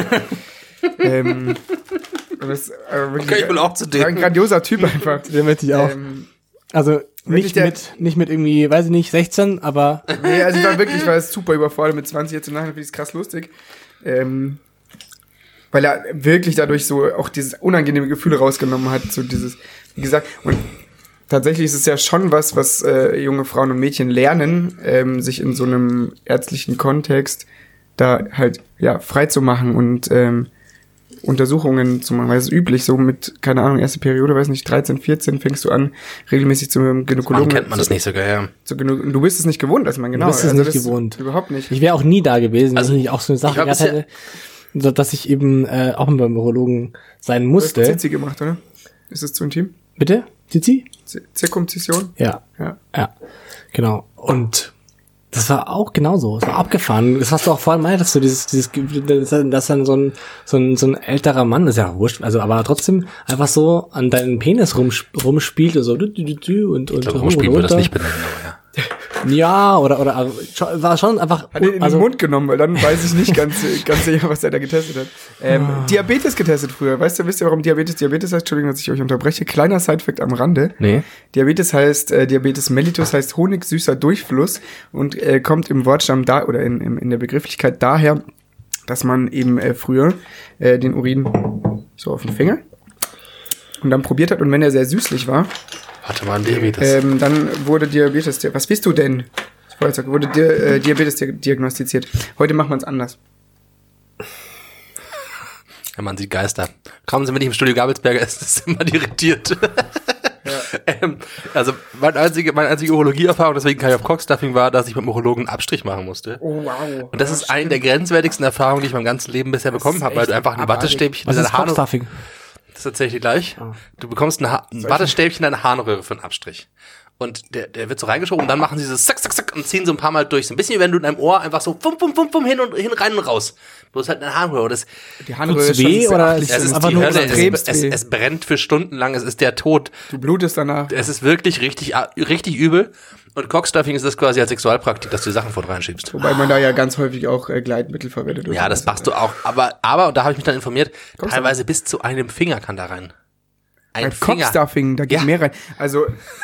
ähm, das, äh, wirklich, Okay, ich will auch zu dem. ein grandioser Typ einfach. Den möchte ich auch. Ähm, Also nicht der- mit, nicht mit irgendwie, weiß ich nicht, sechzehn, aber nee, also ich war wirklich, ich war super überfordert mit zwanzig, jetzt im Nachhinein finde ich es krass lustig. Ähm, weil er wirklich dadurch so auch dieses unangenehme Gefühl rausgenommen hat, so dieses, wie gesagt, und tatsächlich ist es ja schon was, was äh, junge Frauen und Mädchen lernen, ähm, sich in so einem ärztlichen Kontext da halt, ja, frei zu machen und ähm, Untersuchungen zu machen, weil es ist üblich, so mit, keine Ahnung, erste Periode, weiß nicht, dreizehn, vierzehn fängst du an, regelmäßig zum Gynäkologen. Warum kennt man das nicht sogar, ja. Zu Gynä- und du bist es nicht gewohnt, also man genau. Du bist es also nicht das gewohnt. Überhaupt nicht. ich wäre auch nie da gewesen, Also, wenn ich nicht auch so eine Sache ich hab gehabt bisher- hätte, so dass ich eben äh, auch beim Urologen sein Du hast musste. Zizi gemacht, oder? Ist es zu intim? Bitte? Zizi? Z- Zirkumzision? Ja. Ja. Ja, genau. Und das war auch genauso. Es war abgefahren. Das hast du auch vorhin meintest, so dieses, dieses, dass dass dann so ein, so ein, so ein älterer Mann, das ist ja wurscht, also, aber trotzdem einfach so an deinen Penis rum, rumspielt, so, dü, dü, dü, dü, und, und, Ich glaube, hoch rumspielen und würde das runter. nicht benennen, aber ja. Ja, oder, oder, also, schon- war schon einfach, Hat ihn in also, den Mund genommen, weil dann weiß ich nicht ganz, ganz sicher, was er da getestet hat. Ähm, Ah. Diabetes getestet früher. Weißt du, wisst ihr, warum Diabetes Diabetes heißt? Entschuldigung, dass ich euch unterbreche. Kleiner Sidefact am Rande. Nee. Diabetes heißt, äh, Diabetes mellitus heißt honigsüßer Durchfluss und äh, kommt im Wortstamm da, oder in, in, in der Begrifflichkeit daher, dass man eben äh, früher äh, den Urin so auf den Finger und dann probiert hat und wenn er sehr süßlich war, Warte mal, Diabetes. ähm, dann wurde Diabetes, was bist du denn? Das Feuerzeug, wurde Di äh, Diabetes di diagnostiziert. Heute macht man es anders. Ja, man sieht Geister. Kaum sind wir nicht im Studio Gabelsberger, ist das immer irritiert. ähm, also meine einzige, meine einzige Urologieerfahrung, deswegen kann ich auf Cockstuffing war, dass ich beim Urologen einen Abstrich machen musste. Oh, wow. Und das ist eine der grenzwertigsten Erfahrungen, die ich mein ganzes Leben bisher bekommen ist habe, weil echt du einfach ein abartig. Wattestäbchen was in ist deine Harnröhre, Cockstuffing? das ist tatsächlich gleich. Du bekommst ein, ha ein Wattestäbchen in deine Harnröhre für einen Abstrich. Und der, der wird so reingeschoben und dann machen sie so zack, zack, zack und ziehen so ein paar Mal durch. So ein bisschen wie wenn du in deinem Ohr einfach so fum, fum, fum, fum, hin und hin, rein und raus. Bloß halt eine Harnröhre. Das, Die Harnröhre Tut's ist schon weh sehr oder achtlich. ist es es ist einfach die nur Hölle, es, extremst es, weh. es brennt für Stunden lang, es ist der Tod. Du blutest danach. Es ist wirklich richtig, richtig übel. Und Cockstuffing ist das quasi als Sexualpraktik, dass du die Sachen vor reinschiebst. Wobei man da ja ganz häufig auch äh, Gleitmittel verwendet. Ja, das machst du auch. Aber, aber, und da habe ich mich dann informiert, Kommst du- teilweise bis zu einem Finger kann da rein. Ein Bei Finger. Cockstuffing, da geht Ja. mehr rein. Also,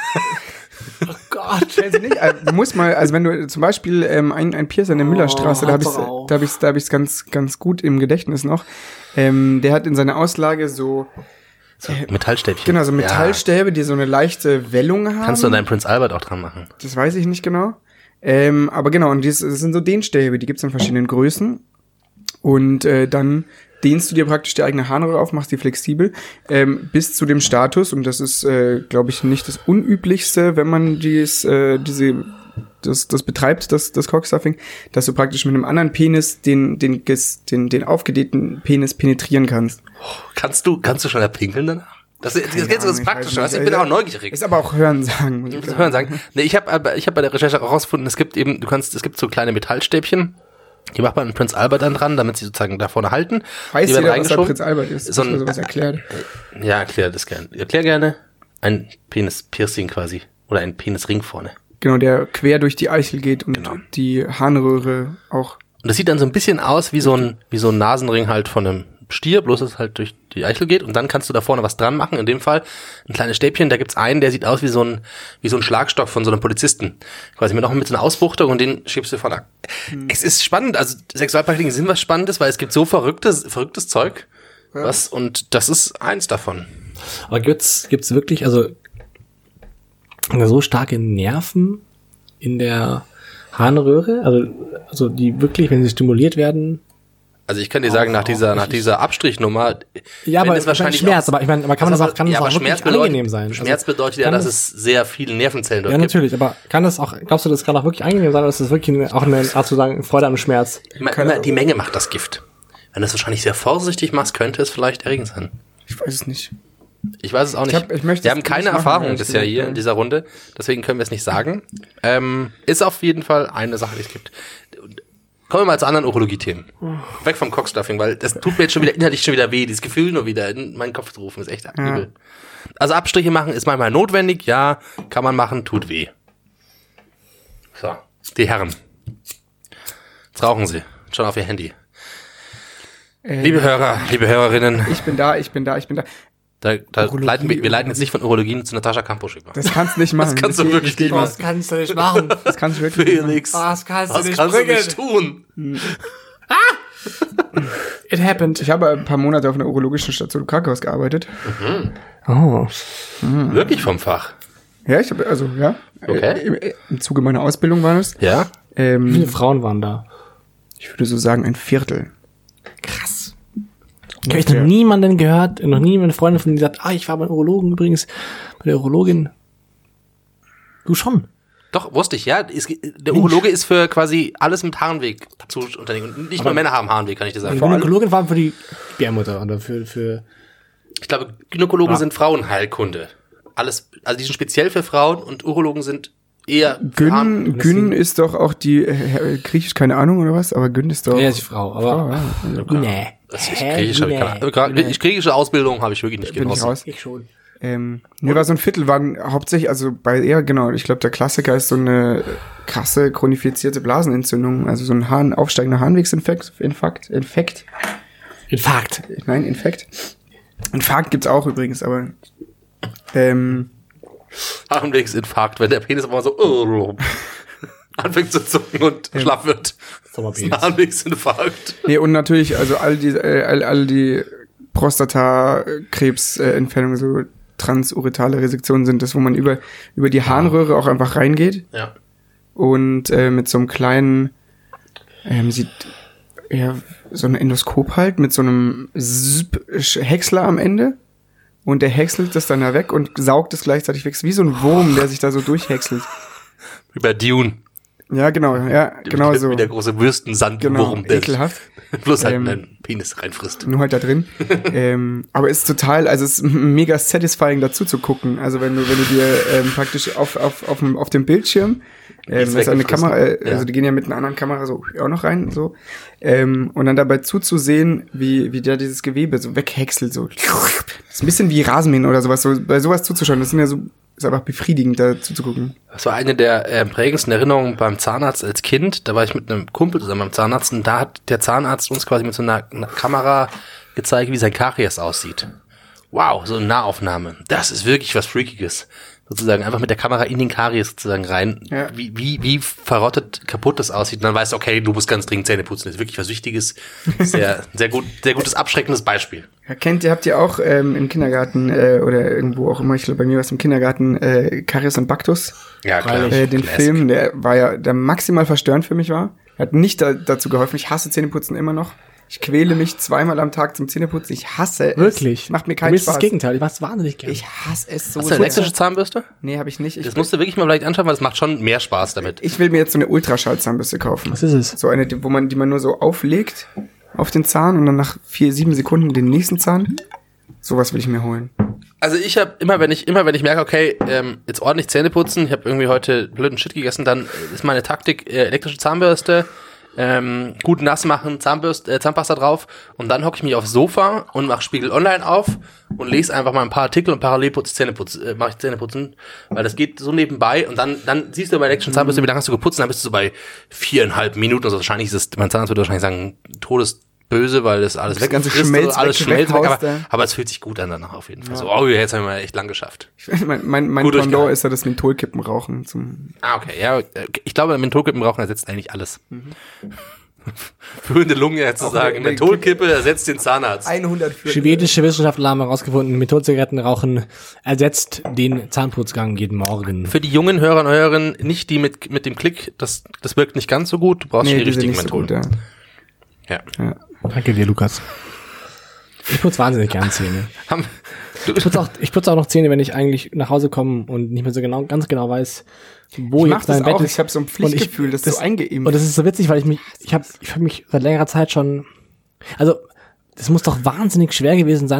Oh Gott. stellst du nicht, äh, du musst mal, also wenn du zum Beispiel ähm, ein, ein Piercer in der Müllerstraße, da habe ich hör doch auf. da hab ich's, da hab ich's ganz, ganz gut im Gedächtnis noch. Ähm, der hat in seiner Auslage so, So, Metallstäbchen. genau, so Ja. Metallstäbe, die so eine leichte Wellung haben. Kannst du an deinen Prince Albert auch dran machen. Das weiß ich nicht genau. Ähm, aber genau, und das, das sind so Dehnstäbe, die gibt's in verschiedenen Größen. Und äh, dann dehnst du dir praktisch die eigene Harnröhre auf, machst die flexibel, ähm, bis zu dem Status, und das ist, äh, glaube ich, nicht das Unüblichste, wenn man dies, äh, diese, das, das betreibt, das, das Cockstuffing, dass du praktisch mit einem anderen Penis den, den, ges- den, den aufgedehnten Penis penetrieren kannst. Kannst du, kannst du schon pinkeln danach? Das, das, das, das ist Ahnung, praktisch. ich weiß weißt du? Ich nicht. bin auch neugierig. Ist aber auch Hörensagen. muss ich Das sagen. hören sagen. Nee, ich habe aber ich habe bei der Recherche herausgefunden, es gibt eben, du kannst, es gibt so kleine Metallstäbchen, die macht man an Prince Albert dann dran, damit sie sozusagen da vorne halten. Weiß die werden jeder, was der reingeschoben. Prinz Albert ist? So So ein- ein, sowas erklärt. Ja, erklär das gerne. Erklär gerne. Ein Penis-Piercing quasi. Oder ein Penisring vorne. Genau, der quer durch die Eichel geht und Genau. die Harnröhre auch. Und das sieht dann so ein bisschen aus wie so ein, wie so ein Nasenring halt von einem Stier, bloß dass es halt durch die Eichel geht. Und dann kannst du da vorne was dran machen. In dem Fall ein kleines Stäbchen. Da gibt's einen, der sieht aus wie so ein, wie so ein Schlagstock von so einem Polizisten. Quasi mit noch mit so einer Ausbuchtung und den schiebst du vorne ab. Hm. Es ist spannend. Also Sexualpraktiken sind was Spannendes, weil es gibt so verrücktes, verrücktes Zeug. Was, und das ist eins davon. Aber gibt's, gibt's wirklich, also, so starke Nerven in der Harnröhre? Also, also, die wirklich, wenn sie stimuliert werden? Also ich kann dir sagen, nach dieser, nach dieser Abstrichnummer, Ja, wenn aber das wahrscheinlich Schmerz, auch- aber ich meine, aber kann man das auch, kann ja, das aber auch wirklich Schmerz bedeutet, angenehm sein? Also, Schmerz bedeutet ja, kann dass das- es sehr viele Nervenzellen dort Ja, gibt. natürlich, aber kann das auch, glaubst du, das kann auch wirklich angenehm sein, oder ist das wirklich eine, auch eine Art zu sagen, Freude am Schmerz? Ich meine, immer die Menge macht das Gift. Wenn du es wahrscheinlich sehr vorsichtig machst, könnte es vielleicht erregend sein. Ich weiß es nicht. Ich weiß es auch nicht. Ich hab- ich möchte wir es haben keine nicht machen, Erfahrung ehrlich bisher gesagt, hier ja. in dieser Runde, deswegen können wir es nicht sagen. Ähm, ist auf jeden Fall eine Sache, die es gibt. Kommen wir mal zu anderen Urologie-Themen. Weg vom Cockstuffing, weil das tut mir jetzt schon wieder inhaltlich schon wieder weh, dieses Gefühl nur wieder in meinen Kopf zu rufen, ist echt übel. Also Abstriche machen ist manchmal notwendig, ja, kann man machen, tut weh. So, die Herren. Jetzt rauchen sie, schon auf ihr Handy. Äh, Liebe Hörer, liebe Hörerinnen, Ich bin da, ich bin da, ich bin da. da, da Urologie, leiten wir, wir leiten jetzt nicht von Urologien zu Natascha Kampusch über. Das kannst du nicht machen. kannst du geht- wirklich geht nicht machen. Das kannst du nicht machen. Das kannst du wirklich nicht machen. Felix, Das kannst du was nicht kannst du bringen. nicht tun? It happened. Ich habe ein paar Monate auf einer urologischen Station im Krankenhaus gearbeitet. Oh. Wirklich vom Fach. Ja, ich habe, also, ja. Okay. Äh, Im, Im Zuge meiner Ausbildung war das. Ja? Wie Ähm, viele Frauen waren da? ich würde so sagen, ein Viertel. Krass. Ich habe ich noch niemanden gehört, noch nie eine Freundin von mir gesagt, ah, ich war beim Urologen übrigens, bei der Urologin. Du schon. Doch, wusste ich, ja. Es, der Urologe ist für quasi alles mit Harnweg zu unternehmen. Und nicht mal Männer haben Harnweg, kann ich dir sagen. Die Gynäkologin war für die Gebärmutter oder für, für Ich glaube, Gynäkologen Ja. sind Frauenheilkunde. Alles, also die sind speziell für Frauen und Urologen sind eher für Gyn, Harn- Gyn ist doch auch die, äh, griechisch, keine Ahnung oder was, aber Gyn ist doch. ja, ist die Frau, aber nee. Das ist griechisch, habe ich keine Ahnung. Gra- griechische Ausbildung habe ich wirklich nicht bin ich genossen. raus. Ich schon. Ähm, mir war so ein Viertel, waren hauptsächlich, also bei, ja genau, ich glaube, der Klassiker ist so eine krasse chronifizierte Blasenentzündung, also so ein Harn, aufsteigender Harnwegsinfekt, Infekt, Infekt, Infarkt. nein, Infekt. Infarkt gibt's auch übrigens, aber, ähm, Harnwegsinfarkt, wenn der Penis aber so uh, anfängt zu zucken und schlaff wird. Sommerpenis. Harnwegsinfarkt. nee, und natürlich, also all die, äh, all, all die Prostatakrebsentfernungen, so transuretale Resektionen sind das, wo man über, über die Harnröhre auch einfach reingeht. Ja. Und äh, mit so einem kleinen, ähm, sieht ja so ein Endoskop halt mit so einem Zip Häcksler am Ende und der häckselt das dann da weg und saugt es gleichzeitig weg, wie so ein Wurm, der sich da so durchhäckselt. Wie bei Dune. Ja, genau, ja, genau wie, so. Wie der große Würstensandwurm, Genau, der ekelhaft. bloß halt Ähm, einen Penis reinfrisst. Nur halt da drin. ähm, aber ist total, also es ist mega satisfying dazu zu gucken. Also wenn du, wenn du dir ähm, praktisch auf, auf, auf, dem, auf dem Bildschirm, ähm, Ist das ist eine weggefressen. Kamera, äh, Ja. also die gehen ja mit einer anderen Kamera so auch noch rein, so. Ähm, und dann dabei zuzusehen, wie, wie der dieses Gewebe so weghäckselt, so. Das ist ein bisschen wie Rasenmähen oder sowas, so, bei sowas zuzuschauen, das sind ja so, ist einfach befriedigend, da zuzugucken. Das war eine der äh, prägendsten Erinnerungen beim Zahnarzt als Kind. Da war ich mit einem Kumpel zusammen beim Zahnarzt und da hat der Zahnarzt uns quasi mit so einer, einer Kamera gezeigt, wie sein Karies aussieht. Wow, so eine Nahaufnahme. Das ist wirklich was Freakiges. Sozusagen einfach mit der Kamera in den Karies sozusagen rein, Ja. wie, wie, wie verrottet kaputt das aussieht. Und dann weißt du, okay, du musst ganz dringend Zähne putzen. Das ist wirklich was Wichtiges. Sehr, sehr gut, sehr gutes, abschreckendes Beispiel. Ja, kennt ihr, habt ihr auch ähm, im Kindergarten äh, oder irgendwo auch immer, ich glaube bei mir war es im Kindergarten, äh, Karies und Baktus? Ja, klar. Äh, den Classic. Film, der war ja, der maximal verstörend für mich war. Hat nicht da, dazu geholfen. Ich hasse Zähneputzen immer noch. Ich quäle mich zweimal am Tag zum Zähneputzen. Ich hasse Wirklich? es. Macht mir Du keinen bist Spaß. das Gegenteil. Ich mach's wahnsinnig gerne. Ich hasse es so. Hast du eine elektrische Zahnbürste? Nee, habe ich nicht. Ich, Das musst du wirklich mal vielleicht anschauen, weil das macht schon mehr Spaß damit. ich will mir jetzt so eine Ultraschallzahnbürste kaufen. Was ist es? So eine, die- wo man, die man nur so auflegt auf den Zahn und dann nach vier, sieben Sekunden den nächsten Zahn. Sowas will ich mir holen. Also ich habe immer, wenn ich immer, wenn ich merke, okay, ähm, jetzt ordentlich Zähne putzen, ich habe irgendwie heute blöden Shit gegessen, dann ist meine Taktik äh, elektrische Zahnbürste, ähm, gut nass machen, Zahnbürste, äh, Zahnpasta drauf und dann hocke ich mich aufs Sofa und mache Spiegel Online auf und lese einfach mal ein paar Artikel und parallel putze Zähne putzen, äh, mache ich Zähne putzen, weil das geht so nebenbei und dann dann siehst du bei der elektrischen Zahnbürste, wie lange hast du geputzt, und dann bist du so bei viereinhalb Minuten, also wahrscheinlich ist es, mein Zahnarzt würde wahrscheinlich sagen, todesböse, weil das alles Das ganze wegfrisst, Schmelz alles weg- schmelzt weg, aber, weghaust, ja. aber es fühlt sich gut an danach auf jeden Fall. So, oh, jetzt haben wir echt lang geschafft. Ich, mein mein, mein Gut Pendant durchgehalten. ist ja das Mentholkippen rauchen. Zum Ah, okay. Ja, äh, ich glaube, Mentholkippen rauchen ersetzt eigentlich alles. Führende Lunge ja zu Auch sagen, eine- eine Mentholkippe ersetzt den Zahnarzt. hundert für Schwedische Wissenschaftler haben herausgefunden, Methodzigaretten rauchen ersetzt den Zahnputzgang jeden Morgen. Für die jungen Hörer und Hörerinnen, nicht die mit mit dem Klick, das das wirkt nicht ganz so gut. Du brauchst Nee, schon die die sind richtigen nicht so Mentholen. gut, ja. Ja. Ja. Danke dir, Lukas. Ich putze wahnsinnig gerne Zähne. Haben, du, Ich putze auch, ich putze auch noch Zähne, wenn ich eigentlich nach Hause komme und nicht mehr so genau, ganz genau weiß, wo Ich mach jetzt das mein Bett auch. ist. Ich habe so ein Pflichtgefühl, das, das so eingeimpft. Und das ist so witzig, weil ich mich, ich habe ich hab mich seit längerer Zeit schon, also das muss doch wahnsinnig schwer gewesen sein,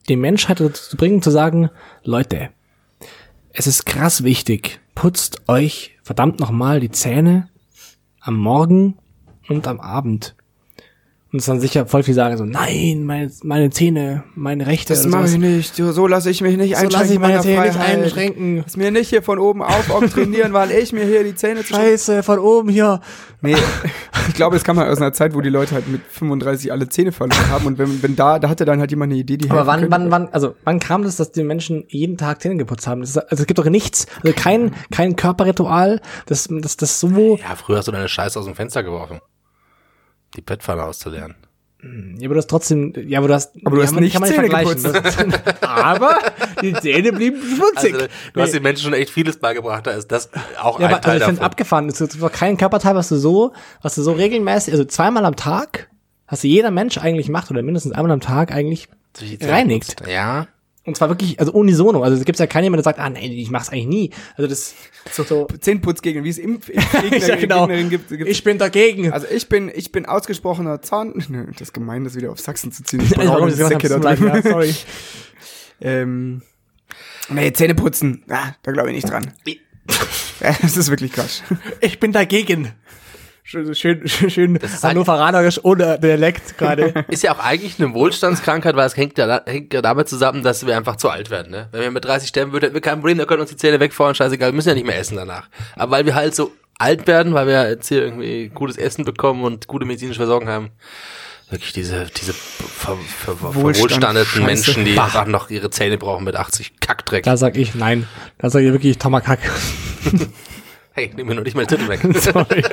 die Menschheit dazu zu bringen, zu sagen, Leute, es ist krass wichtig, putzt euch verdammt nochmal die Zähne am Morgen und am Abend. Und es dann sicher voll viel sagen so, nein, meine, meine Zähne, meine Rechte. Das mache ich nicht, so, so lasse ich mich nicht so einschränken. lasse ich meine Zähne nicht Freiheit. einschränken. Lass mir nicht hier von oben aufoktrainieren, weil ich mir hier die Zähne zu Scheiße, von oben hier. Nee, ich glaube, es kam halt aus einer Zeit, wo die Leute halt mit fünfunddreißig alle Zähne verloren haben und wenn, wenn da, da hatte dann halt jemand eine Idee, die Aber wann, helfen wann, könnte. wann, also wann kam das, dass die Menschen jeden Tag Zähne geputzt haben? Das ist, also es gibt doch nichts, also kein, kein Körperritual, das, das, das so. Ja, früher hast du deine Scheiße aus dem Fenster geworfen. Die Bettpfanne auszuleeren. Ja, aber du hast trotzdem, ja, aber du hast, Aber du ja, hast man- nicht kann man Zähne vergleichen. Das- aber die Zähne blieben schmutzig. Also, du hast den Menschen schon echt vieles beigebracht, da ist das auch ja, ein aber also Teil ich finde davon. abgefahren, es gibt doch kein Körperteil, was du so, was du so regelmäßig, also zweimal am Tag, was jeder Mensch eigentlich macht, oder mindestens einmal am Tag eigentlich Sich die Zähne reinigt. putzt. Ja. Und zwar wirklich, also unisono. Also es gibt ja keinen, der sagt, ah nein, ich mach's eigentlich nie. Also das so, so Zähneputzgegner, wie es Impf Impfgegner, ja, genau. Gegnerin gibt, gibt. Ich bin dagegen. Also ich bin, ich bin ausgesprochener Zahn. Nö, das ist gemein, das wieder auf Sachsen zu ziehen. Ich Also, warum brauche ich das Säcke da gemacht habe, drüben. ja, sorry. Ähm, nee, Zähne putzen. Ah, da glaube ich nicht dran. Ja, das ist wirklich krass. Ich bin dagegen. Schön, schön, schön, schön ist hannoveranerisch ohne Dialekt gerade. Ist ja auch eigentlich eine Wohlstandskrankheit, weil es hängt ja, da, hängt ja damit zusammen, dass wir einfach zu alt werden. Ne? Wenn wir mit dreißig sterben würden, hätten wir kein Problem, da können uns die Zähne wegfahren, scheißegal, wir müssen ja nicht mehr essen danach. Aber weil wir halt so alt werden, weil wir jetzt hier irgendwie gutes Essen bekommen und gute medizinische Versorgung haben, wirklich diese diese ver, ver, ver, Wohlstand, verwohlstandeten Scheiße. Menschen, die Bah. einfach noch ihre Zähne brauchen mit achtzig Kackdreck. Da sag ich nein. Da sag ich wirklich Tomakack. Hey, nimm mir nur nicht meinen Titel weg. Sorry.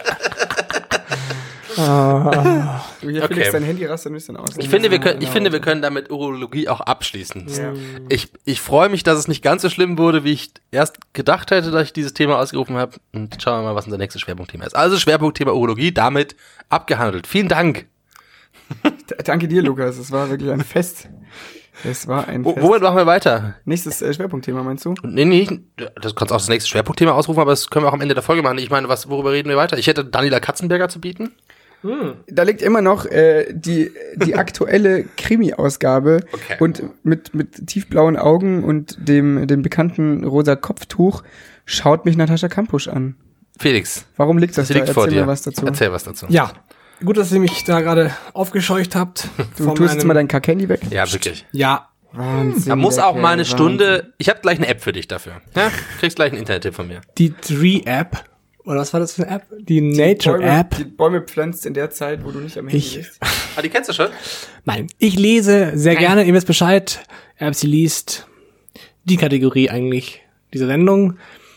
Hier Okay. Felix, dein Handy rastet ein bisschen aus. Ich finde, wir können, ich finde, wir können damit Urologie auch abschließen. Ich, ich freue mich, dass es nicht ganz so schlimm wurde, wie ich erst gedacht hätte, dass ich dieses Thema ausgerufen habe. Und schauen wir mal, was unser nächstes Schwerpunktthema ist. Also Schwerpunktthema Urologie, damit abgehandelt. Vielen Dank. D- Danke dir, Lukas. Es war wirklich ein Fest. Es war ein Wo, Fest. womit machen wir weiter? Nächstes äh, Schwerpunktthema, meinst du? Nee, nee, das kannst du auch das nächste Schwerpunktthema ausrufen, aber das können wir auch am Ende der Folge machen. Ich meine, was, worüber reden wir weiter? Ich hätte Daniela Katzenberger zu bieten. Da liegt immer noch äh, die, die aktuelle Krimi-Ausgabe Okay. und mit, mit tiefblauen Augen und dem, dem bekannten rosa Kopftuch schaut mich Natascha Kampusch an. Felix, Warum liegt das das da? liegt vor Erzähl dir. mir was dazu. Erzähl was dazu. Ja, gut, dass ihr mich da gerade aufgescheucht habt. Du von tust jetzt meinem- mal dein Kack-Handy weg. Ja, wirklich. Ja, Wahnsinn. Da muss der auch mal eine Kerl, Stunde, ich habe gleich eine App für dich dafür. Ja? Kriegst gleich einen Internet-Tipp von mir. die Tree-App. Oder was war das für eine App? Die Bäume, Nature-App. die Bäume pflanzt in der Zeit, wo du nicht am Handy Ich- bist. Ah, die kennst du schon? Nein, ich lese sehr Nein. gerne, ihr wisst Bescheid, Erbsi liest die Kategorie eigentlich dieser Sendung.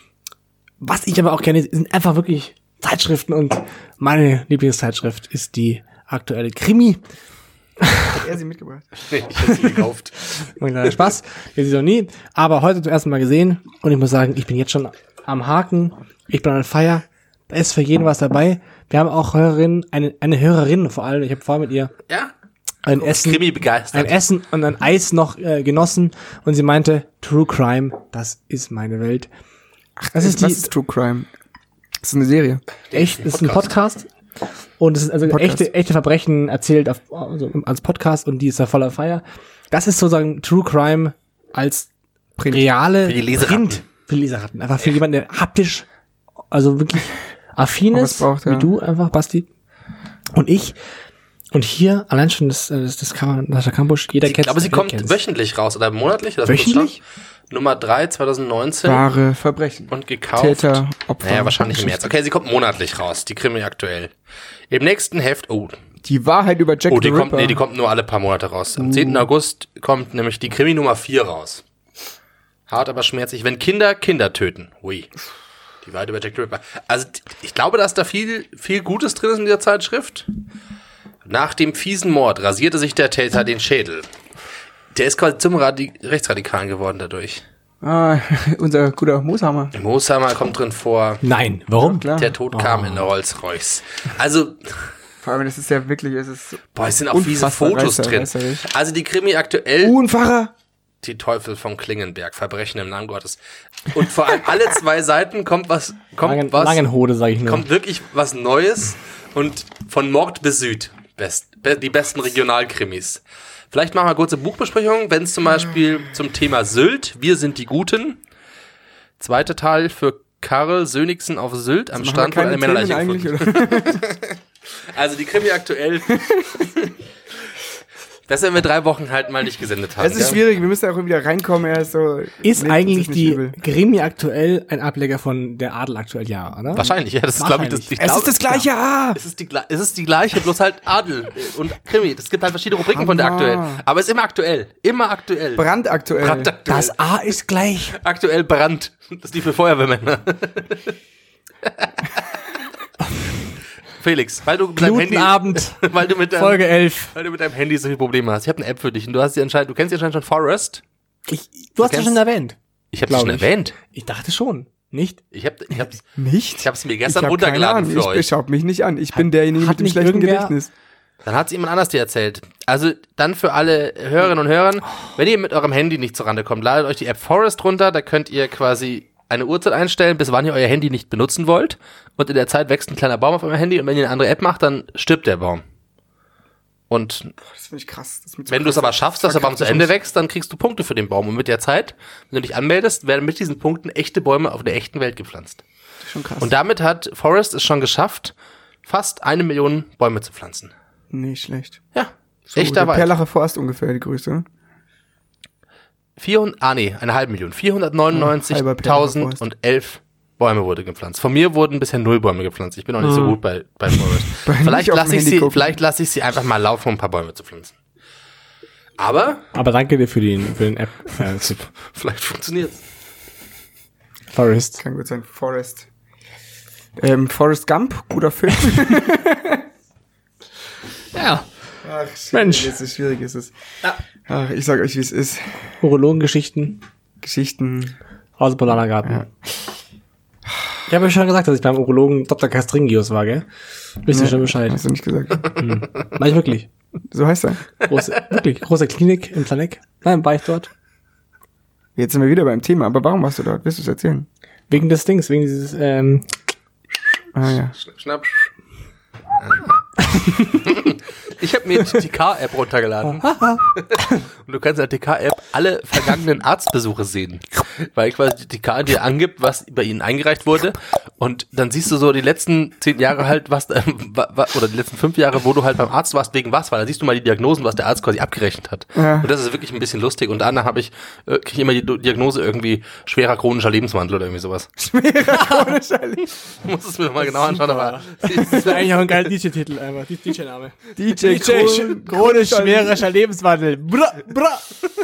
Was ich aber auch kenne, sind einfach wirklich Zeitschriften und meine Lieblingszeitschrift ist die aktuelle Krimi. Hat er sie mitgebracht? Nee, ich hätte sie gekauft. Ein kleiner Spaß, ihr seht noch nie, aber heute zum ersten Mal gesehen und ich muss sagen, ich bin jetzt schon am Haken, ich bin an Feier, da ist für jeden was dabei. Wir haben auch Hörerinnen, eine, eine Hörerin vor allem, ich habe vorher mit ihr Ja? ein Essen, Krimi begeistert. ein Essen und ein Eis noch äh, genossen und sie meinte, True Crime, das ist meine Welt. Das ist was die, ist True Crime? Das ist eine Serie. echt, das ist ein Podcast und es ist also Podcast. echte, echte Verbrechen erzählt auf, also als Podcast und die ist da voller Feier. Das ist sozusagen True Crime als Print. reale Für die Leseratten. Print. Für die Leseratten. Einfach für jemanden, der haptisch, also wirklich affin Auch was ist, braucht, ja. wie du einfach, Basti. Und ich. Und hier, allein schon das, äh, das, das Cover Natascha Kampusch, jeder Sie, kennt aber sie jeder kommt kennt's. wöchentlich raus oder monatlich? Das Wöchentlich? muss schon. Nummer drei, zwanzig neunzehn. Wahre Verbrechen. Und gekauft. Täter, Opfer. Naja, wahrscheinlich im März. Okay, sie kommt monatlich raus, die Krimi aktuell. Im nächsten Heft, oh, Die Wahrheit über Jack oh die the kommt, Ripper. nee, die kommt nur alle paar Monate raus. Am zehnten August kommt nämlich die Krimi Nummer vier raus. Hart, aber schmerzlich. Wenn Kinder Kinder töten. Ui. Die Wahrheit über Jack the Ripper. Also, ich glaube, dass da viel, viel Gutes drin ist in dieser Zeitschrift. Nach dem fiesen Mord rasierte sich der Täter den Schädel. Der ist quasi zum Radi- Rechtsradikalen geworden dadurch. Ah, unser guter Mooshammer. Mooshammer kommt drin vor. Nein, warum? Klar. Der Tod kam in der Rolls-Royce. Also, Vor allem, das ist ja wirklich, es ist boah, es sind auch fiese unfassbar Fotos reißer- drin. reißerisch. Also die Krimi aktuell, Unfahrer! die Teufel vom Klingenberg, Verbrechen im Namen Gottes. Und vor allem alle zwei Seiten kommt was, kommt Langen, was, Langenhode, sag ich nur. kommt wirklich was Neues und von Nord bis Süd. Best, be, die besten Regionalkrimis. Vielleicht machen wir kurze Buchbesprechungen, wenn es zum Beispiel zum Thema Sylt, wir sind die Guten. Zweiter Teil für Karl Sönigsen auf Sylt am Strand, wo eine Männerleiche gefunden wird. Also die Krimi aktuell. Das werden wir drei Wochen halt mal nicht gesendet haben. Es ist schwierig, wir müssen auch wieder reinkommen. Er ist so, ist eigentlich die Krimi aktuell ein Ableger von der Adel aktuell, ja, oder? Wahrscheinlich, ja. Das ist, glaube ich, das. Ich es glaub, ist das gleiche, ja. Es ist die, es ist die gleiche, bloß halt Adel und Krimi. Es gibt halt verschiedene Rubriken Hammer. Von der aktuell. Aber es ist immer aktuell. Immer aktuell. Brandaktuell. Brandaktuell. Das A ist gleich. Aktuell Brand. Das ist die für Feuerwehrmänner. Felix, weil du mit deinem Handy, Abend, weil du mit deinem, Folge elf. Weil du mit deinem Handy so viele Probleme hast. Ich habe eine App für dich und du hast die anscheinend, du kennst die anscheinend schon Forest. Ich, du hast ja schon erwähnt. Ich habe schon ich. erwähnt. Ich dachte schon. Nicht? Ich habe ich hab's nicht. Ich habe es mir gestern runtergeladen für ich euch. Ich schaut mich nicht an. Ich bin derjenige mit dem schlechten Gedächtnis. Dann hat es jemand anders dir erzählt. Also dann für alle Hörerinnen und Hörer, wenn ihr mit eurem Handy nicht zurande kommt, ladet euch die App Forest runter, da könnt ihr quasi eine Uhrzeit einstellen, bis wann ihr euer Handy nicht benutzen wollt. Und in der Zeit wächst ein kleiner Baum auf eurem Handy und wenn ihr eine andere App macht, dann stirbt der Baum. Und das finde ich krass. Das so wenn du es aber schaffst, dass der Baum zu Ende wächst, dann kriegst du Punkte für den Baum. Und mit der Zeit, wenn du dich anmeldest, werden mit diesen Punkten echte Bäume auf der echten Welt gepflanzt. Das ist schon krass. Und damit hat Forest es schon geschafft, fast eine Million Bäume zu pflanzen. Nicht schlecht. Ja, so, echter Wald. Der Perlacher Forst ungefähr die Größe. vierhundert, ah nee, eine halbe Million. vierhundertneunundneunzigtausendelf Bäume wurde gepflanzt. Von mir wurden bisher null Bäume gepflanzt. Ich bin noch nicht so gut bei, bei Forest. Vielleicht lasse ich sie, vielleicht lasse ich sie einfach mal laufen, um ein paar Bäume zu pflanzen. Aber? Aber danke dir für den, für den App-Tipp. Vielleicht funktioniert's. Forest. Kann gut sein. Forest. Ähm, Forrest Gump, guter Film. Ja. Ach, Mensch. Es ist schwierig, ist es. Ja. Ach, ich sag euch, wie es ist. Urologengeschichten. Geschichten. Aus dem Polanergarten. Ja. Ich habe ja schon gesagt, dass ich beim Urologen Doktor Castringius war, gell? Wisst ihr Nee, schon Bescheid? Hast du nicht gesagt. Hm. War ich wirklich. So heißt er. Große, wirklich, große Klinik im Planeck. Nein, war ich dort. Jetzt sind wir wieder beim Thema, aber warum warst du dort? Willst du es erzählen? Wegen des Dings, wegen dieses, ähm... Ah ja. Schnapp. Ich habe mir die T K-App runtergeladen. Und du kannst in der T K-App alle vergangenen Arztbesuche sehen. Weil quasi die T K dir angibt, was bei ihnen eingereicht wurde. Und dann siehst du so die letzten zehn Jahre halt, was, äh, oder die letzten fünf Jahre, wo du halt beim Arzt warst, wegen was. Weil da siehst du mal die Diagnosen, was der Arzt quasi abgerechnet hat. Ja. Und das ist wirklich ein bisschen lustig. Und danach habe ich, äh, kriege ich immer die Diagnose irgendwie schwerer chronischer Lebenswandel oder irgendwie sowas. Schwerer chronischer Lebenswandel. Muss es mir mal genau anschauen, aber. Das wäre eigentlich auch ein geiler D J-Titel einfach. D J-Name. D J, D J chronisch schwerer Lebenswandel. Bra, bra.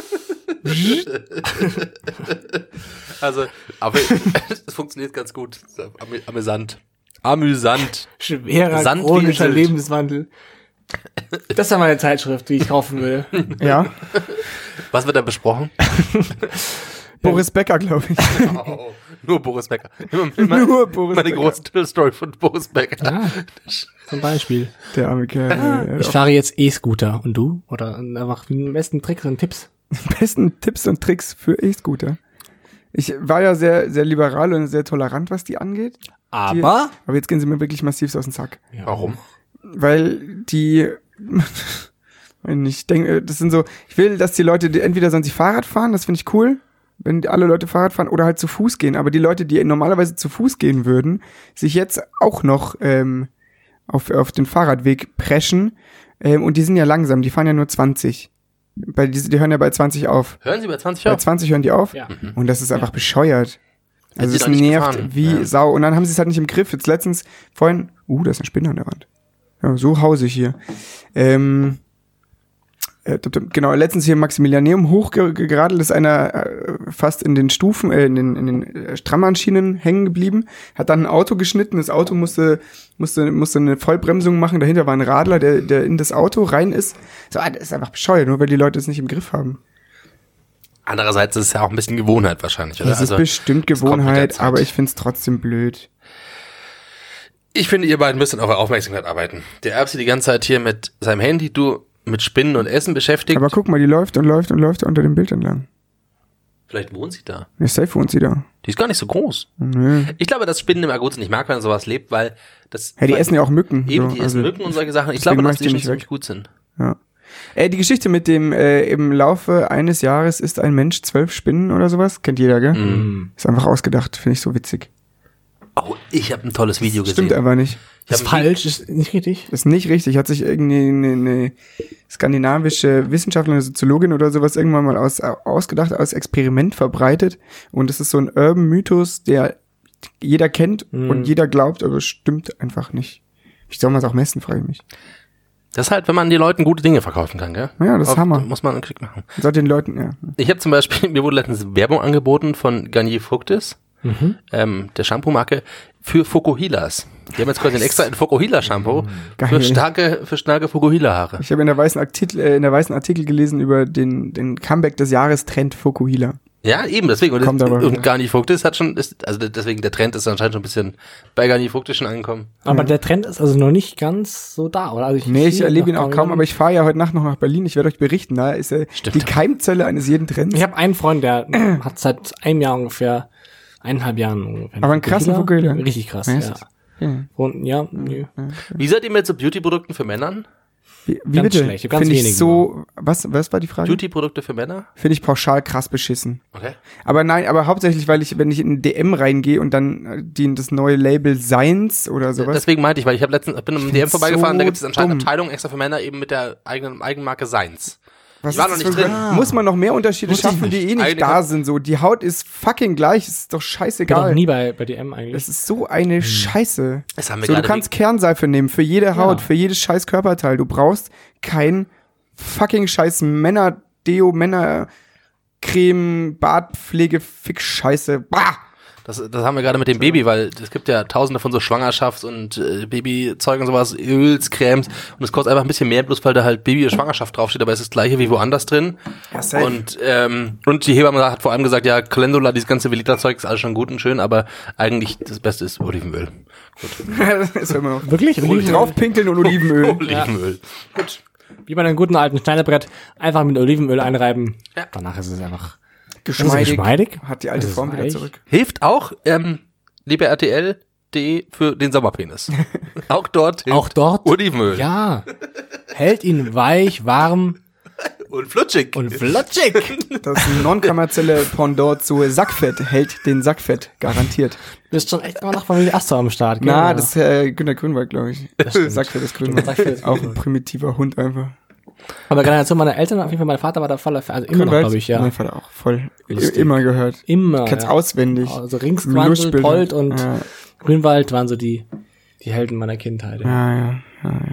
Also, aber es funktioniert ganz gut. Am- amüsant. Amüsant. Schwerer Sand chronischer wie in Sylt. Lebenswandel. Das wäre meine Zeitschrift, die ich kaufen will. Ja. Was wird da besprochen? Boris Becker, glaube ich. Oh, nur Boris Becker. Immer, immer, Nur Boris meine Becker. große Titelstory von Boris Becker. Ja, zum Beispiel. Der arme Kerl. Ja, Ich fahre jetzt E-Scooter. Und du? Oder einfach die besten Tricks und Tipps? Die besten Tipps und Tricks für E-Scooter. Ich war ja sehr, sehr liberal und sehr tolerant, was die angeht. Aber? Die, aber jetzt gehen sie mir wirklich massiv aus dem Sack. Ja. Warum? Weil die, ich denke, das sind so, ich will, dass die Leute, die entweder sollen sie Fahrrad fahren, das finde ich cool, wenn alle Leute Fahrrad fahren, oder halt zu Fuß gehen. Aber die Leute, die normalerweise zu Fuß gehen würden, sich jetzt auch noch ähm, auf, auf den Fahrradweg preschen. Ähm, und die sind ja langsam, die fahren ja nur zwanzig. Bei, die, die hören ja bei zwanzig auf. Hören Sie bei zwanzig Bei auf? zwanzig hören die auf. Ja. Und das ist einfach bescheuert. Also sie es doch nicht nervt gefahren. wie Ja. Sau. Und dann haben sie es halt nicht im Griff. Jetzt letztens, vorhin, uh, da ist eine Spinne an der Wand. Ja, so hausig hier. Ähm, äh, genau, letztens hier im Maximilianeum hochgeradelt, ist einer äh, fast in den Stufen, äh, in den, in den äh, Strammanschienen hängen geblieben, hat dann ein Auto geschnitten, das Auto musste, musste, musste eine Vollbremsung machen, dahinter war ein Radler, der, der in das Auto rein ist. So, ah, das ist einfach bescheuert, nur weil die Leute es nicht im Griff haben. Andererseits ist es ja auch ein bisschen Gewohnheit wahrscheinlich, oder? Das ist Also, bestimmt es kommt mit der Gewohnheit, Zeit. aber ich find's trotzdem blöd. Ich finde, ihr beiden müsst an eurer Aufmerksamkeit arbeiten. Der Erbsi die ganze Zeit hier mit seinem Handy, du mit Spinnen und Essen beschäftigt. Aber guck mal, die läuft und läuft und läuft unter dem Bild entlang. Vielleicht wohnt sie da. Ja, safe wohnt sie da. Die ist gar nicht so groß. Nö. Ich glaube, dass Spinnen immer gut sind. Ich mag, wenn sowas lebt, weil das... Ja, die weil essen ja auch Mücken. Eben, so. die essen Also, Mücken und solche Sachen. Ich deswegen glaube, mach dass ich die die schon nicht ziemlich weg. gut sind. Ja. Äh, die Geschichte mit dem, äh, im Laufe eines Jahres ist ein Mensch zwölf Spinnen oder sowas. Kennt jeder, gell? Mhm. Ist einfach ausgedacht. Finde ich so witzig. Oh, ich habe ein tolles Video gesehen. Stimmt einfach nicht. Ich ist hab ein falsch, ist nicht richtig. Das ist nicht richtig. Hat sich irgendwie eine, eine skandinavische Wissenschaftlerin, eine Soziologin oder sowas irgendwann mal aus, ausgedacht, als Experiment verbreitet. Und es ist so ein Urban-Mythos, der jeder kennt Mhm. und jeder glaubt, aber es stimmt einfach nicht. Wie soll man es auch messen, frage ich mich. Das ist halt, wenn man den Leuten gute Dinge verkaufen kann, gell? Ja, das ist Oft Hammer. muss man einen Klick machen. Man sollte den Leuten, ja. Ich habe zum Beispiel, mir wurde letztens Werbung angeboten von Garnier Fructis, Mhm. ähm, der Shampoo-Marke, für Fukuhilas. Die haben jetzt quasi ein extra ein Fukuhila-Shampoo Geil. für starke, für starke Fukuhila-Haare. Ich habe in der weißen Artikel, äh, in der weißen Artikel gelesen über den, den Comeback des Jahres Trend Fukuhila. Ja, eben, deswegen. Und, Kommt das, aber und wieder. Garnier Fructis hat schon, ist, also deswegen, der Trend ist anscheinend schon ein bisschen bei Garnier Fructis schon angekommen. Aber der Trend ist also noch nicht ganz so da, oder? Also ich Nee, ich sehe erlebe ihn noch auch kaum, jemanden. aber ich fahre ja heute Nacht noch nach Berlin. Ich werde euch berichten. Da ist er Stimmt. die Keimzelle eines jeden Trends. Ich habe einen Freund, der hat seit einem Jahr ungefähr, eineinhalb Jahren ungefähr. Aber einen krassen Fukuhila. Richtig krass, Ja, ja. ist- ja. Und ja, nö. Wie seid ihr mit so Beauty-Produkten für Männern? Wie, wie Ganz bitte? schlecht, ganz Finde ich wenig so, was, was war die Frage? Beauty-Produkte für Männer? Finde ich pauschal krass beschissen. Okay. Aber nein, aber hauptsächlich, weil ich, wenn ich in ein D M reingehe und dann äh, die, das neue Label Science oder sowas. Deswegen meinte ich, weil ich habe letztens, bin im D M vorbeigefahren, so da gibt es anscheinend dumm. Abteilungen extra für Männer eben mit der eigenen Eigenmarke Seins. Was Ich war ist noch das nicht für- drin. Muss man noch mehr Unterschiede Wusste ich schaffen, die nicht. eh nicht Eigentlich da hat- sind, so. Die Haut ist fucking gleich, ist doch Ich bin scheißegal. noch nie bei, bei D M eigentlich. Das ist so eine Scheiße. Das haben wir So, du gerade kannst Kernseife nehmen für jede Haut, Ja. für jedes scheiß Körperteil. Du brauchst kein fucking scheiß Männer-Deo, Männer-Creme, Bartpflege, Fick-Scheiße. Bah! Das, das haben wir gerade mit dem Baby, weil es gibt ja tausende von so Schwangerschafts- und äh, Babyzeug und sowas, Öls, Cremes und es kostet einfach ein bisschen mehr, bloß weil da halt Baby- Schwangerschaft draufsteht, aber es ist das gleiche wie woanders drin. Ja, safe. Und ähm, und die Hebamme hat vor allem gesagt, ja, Calendula, dieses ganze Velita-Zeug ist alles schon gut und schön, aber eigentlich das Beste ist Olivenöl. das ist immer noch. Wirklich? Olivenöl? Draufpinkeln und Olivenöl. Olivenöl. Gut. Wie bei einem guten alten Schneidebrett, einfach mit Olivenöl einreiben. Ja. Danach ist es einfach Geschmeidig. Ist es geschmeidig? Hat die alte Ist es Form wieder weich? zurück. Hilft auch, ähm, liebe R T L punkt de für den Sommerpenis. Auch dort hilft Auch dort? Olivenöl. Ja. Hält ihn weich, warm Und flutschig. und flutschig. Das non-kommerzielle Pendant zu Sackfett hält den Sackfett garantiert. Du bist schon echt immer noch Familie Astor am Start, gell? Na, Ja. das ist äh, Günter Grünwald, glaube ich. stimmt. Sackfett ist Grünwald. Sackfett ist Auch ein Grünwald. primitiver Hund einfach. Aber Generation meiner Eltern, auf jeden Fall, mein Vater war da voll, also immer noch, Grünwald? glaube ich, ja. Mein Vater auch voll. Lustig. Immer gehört. Immer. Kenn's ja. auswendig. Also Ringsquandel, Luschbilder. Polt und Ja. Grünwald waren so die, die Helden meiner Kindheit. Ja. Ja, ja, ja, ja.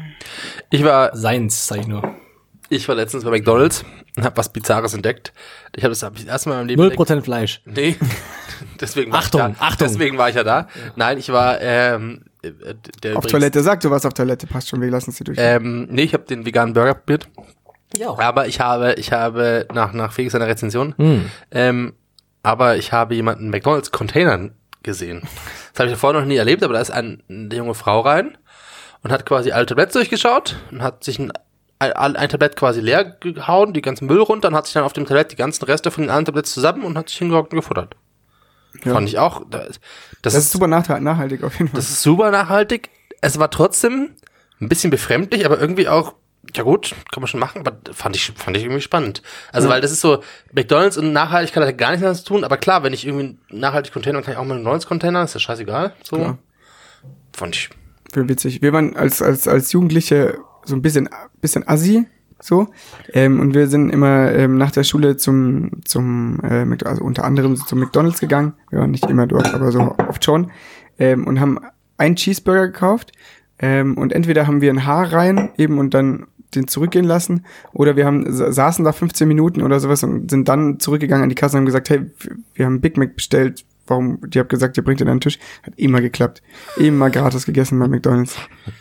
Ich war Seins, sag ich nur. Ich war letztens bei McDonald's und habe was Bizarres entdeckt. Ich habe das, hab ich das erste Mal in meinem Leben Null entdeckt. Prozent Fleisch. Nee, deswegen war Achtung, ich da. Achtung. Deswegen war ich ja da. Nein, ich war ähm, äh, der Auf übrigens- Toilette, sag du warst auf Toilette, passt schon, wir lassen es dir durch. Ähm, nee, ich habe den veganen Burger probiert. Ja. Aber ich habe, ich habe nach nach Felix seiner Rezension, Hm. ähm, aber ich habe jemanden in McDonald's Containern gesehen. Das habe ich vorher noch nie erlebt, aber da ist ein, eine junge Frau rein und hat quasi alle Tabletts durchgeschaut und hat sich ein, ein, ein Tablett quasi leer gehauen, die ganzen Müll runter und hat sich dann auf dem Tablett die ganzen Reste von den anderen Tabletts zusammen und hat sich hingehockt und gefuttert. Ja. Fand ich auch. Das, das ist super nachhalt- nachhaltig auf jeden Fall. das ist super nachhaltig. Es war trotzdem ein bisschen befremdlich, aber irgendwie auch, ja gut, kann man schon machen, aber fand ich, fand ich irgendwie spannend. Also, weil das ist so, McDonald's und Nachhaltigkeit hat gar nichts mehr zu tun, aber klar, wenn ich irgendwie einen nachhaltigen Container, kann ich auch mal einen McDonald's-Container, ist ja scheißegal, so. Klar. Fand ich. Für witzig. Wir waren als, als, als Jugendliche so ein bisschen, bisschen assi, so. Ähm, und wir sind immer ähm, nach der Schule zum, zum, äh, Mc- also unter anderem zum McDonald's gegangen. Wir waren nicht immer dort, aber so oft schon. Ähm, und haben einen Cheeseburger gekauft. Ähm, und entweder haben wir ein Haar rein, eben, und dann den zurückgehen lassen, oder wir haben sa- saßen da fünfzehn Minuten oder sowas und sind dann zurückgegangen an die Kasse und haben gesagt, hey, wir- wir haben Big Mac bestellt. Warum? Die habt gesagt, ihr bringt den an den Tisch. Hat immer geklappt. Immer gratis gegessen bei McDonald's.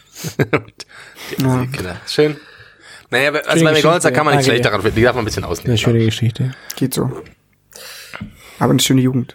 Ja. Genau. Schön. Naja, aber- also Schöne bei McDonald's, da Geschichte. kann man nicht Danke schlecht dir. daran finden, die darf man ein bisschen Eine ausnehmen. schöne Geschichte. Geht so. Aber eine schöne Jugend.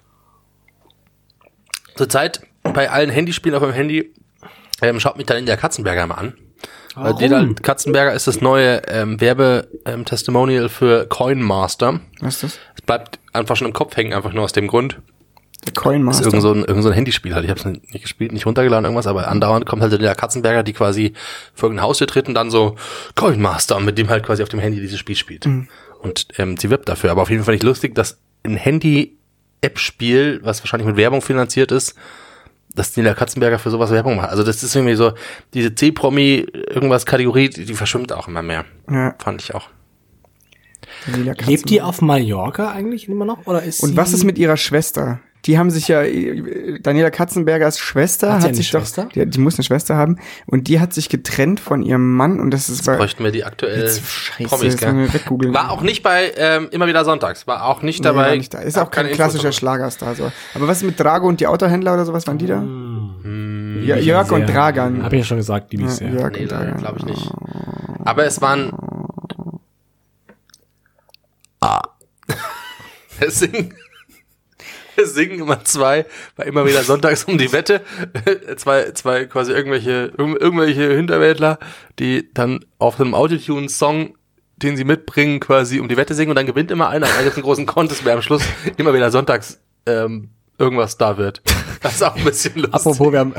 Zurzeit bei allen Handyspielen auf meinem Handy ähm, schaut mich dann in der Katzenberger mal an. Weil Daniela Katzenberger ist das neue ähm, Werbe-Testimonial für Coinmaster. Was ist das? Es bleibt einfach schon im Kopf hängen, einfach nur aus dem Grund. Der Coinmaster. Das ist irgend so ein, irgend so ein Handyspiel halt. Ich habe es nicht gespielt, nicht runtergeladen, irgendwas, aber andauernd kommt halt der Katzenberger, die quasi vor irgendein Haustür tritt und dann so Coinmaster und mit dem halt quasi auf dem Handy dieses Spiel spielt. Mhm. Und ähm, sie wirbt dafür. Aber auf jeden Fall nicht lustig, dass ein Handy-App-Spiel, was wahrscheinlich mit Werbung finanziert ist, dass Daniela Katzenberger für sowas Werbung macht. Also das ist irgendwie so, diese C-Promi, irgendwas Kategorie, die, die verschwimmt auch immer mehr. Ja. Fand ich auch. Lebt die auf Mallorca eigentlich immer noch? Oder ist Und sie was ist mit ihrer Schwester? Die haben sich ja, Daniela Katzenbergers Schwester hat, hat sich Schwester? doch, die, die muss eine Schwester haben und die hat sich getrennt von ihrem Mann und das ist Jetzt bräuchten wir die aktuell Promis, gell? War auch nicht bei ähm, immer wieder sonntags, war auch nicht dabei. Nee, war nicht da. Ist auch kein klassischer Schlagerstar so. Aber was ist mit Drago und die Autohändler oder sowas, waren die da? Hm, ja, Jörg und Dragan. Hab ich ja schon gesagt, die ja, sehr. Jörg nee, und Dragan. glaube ich nicht. Aber es waren Ah. Es singen Es singen immer zwei, war immer wieder sonntags um die Wette, zwei, zwei quasi irgendwelche, irgendwelche Hinterwäldler, die dann auf einem Autotune-Song, den sie mitbringen, quasi um die Wette singen und dann gewinnt immer einer. Da gibt es einen großen Contest, wer am Schluss immer wieder sonntags ähm, irgendwas da wird. Das ist auch ein bisschen lustig. Apropos, wir haben,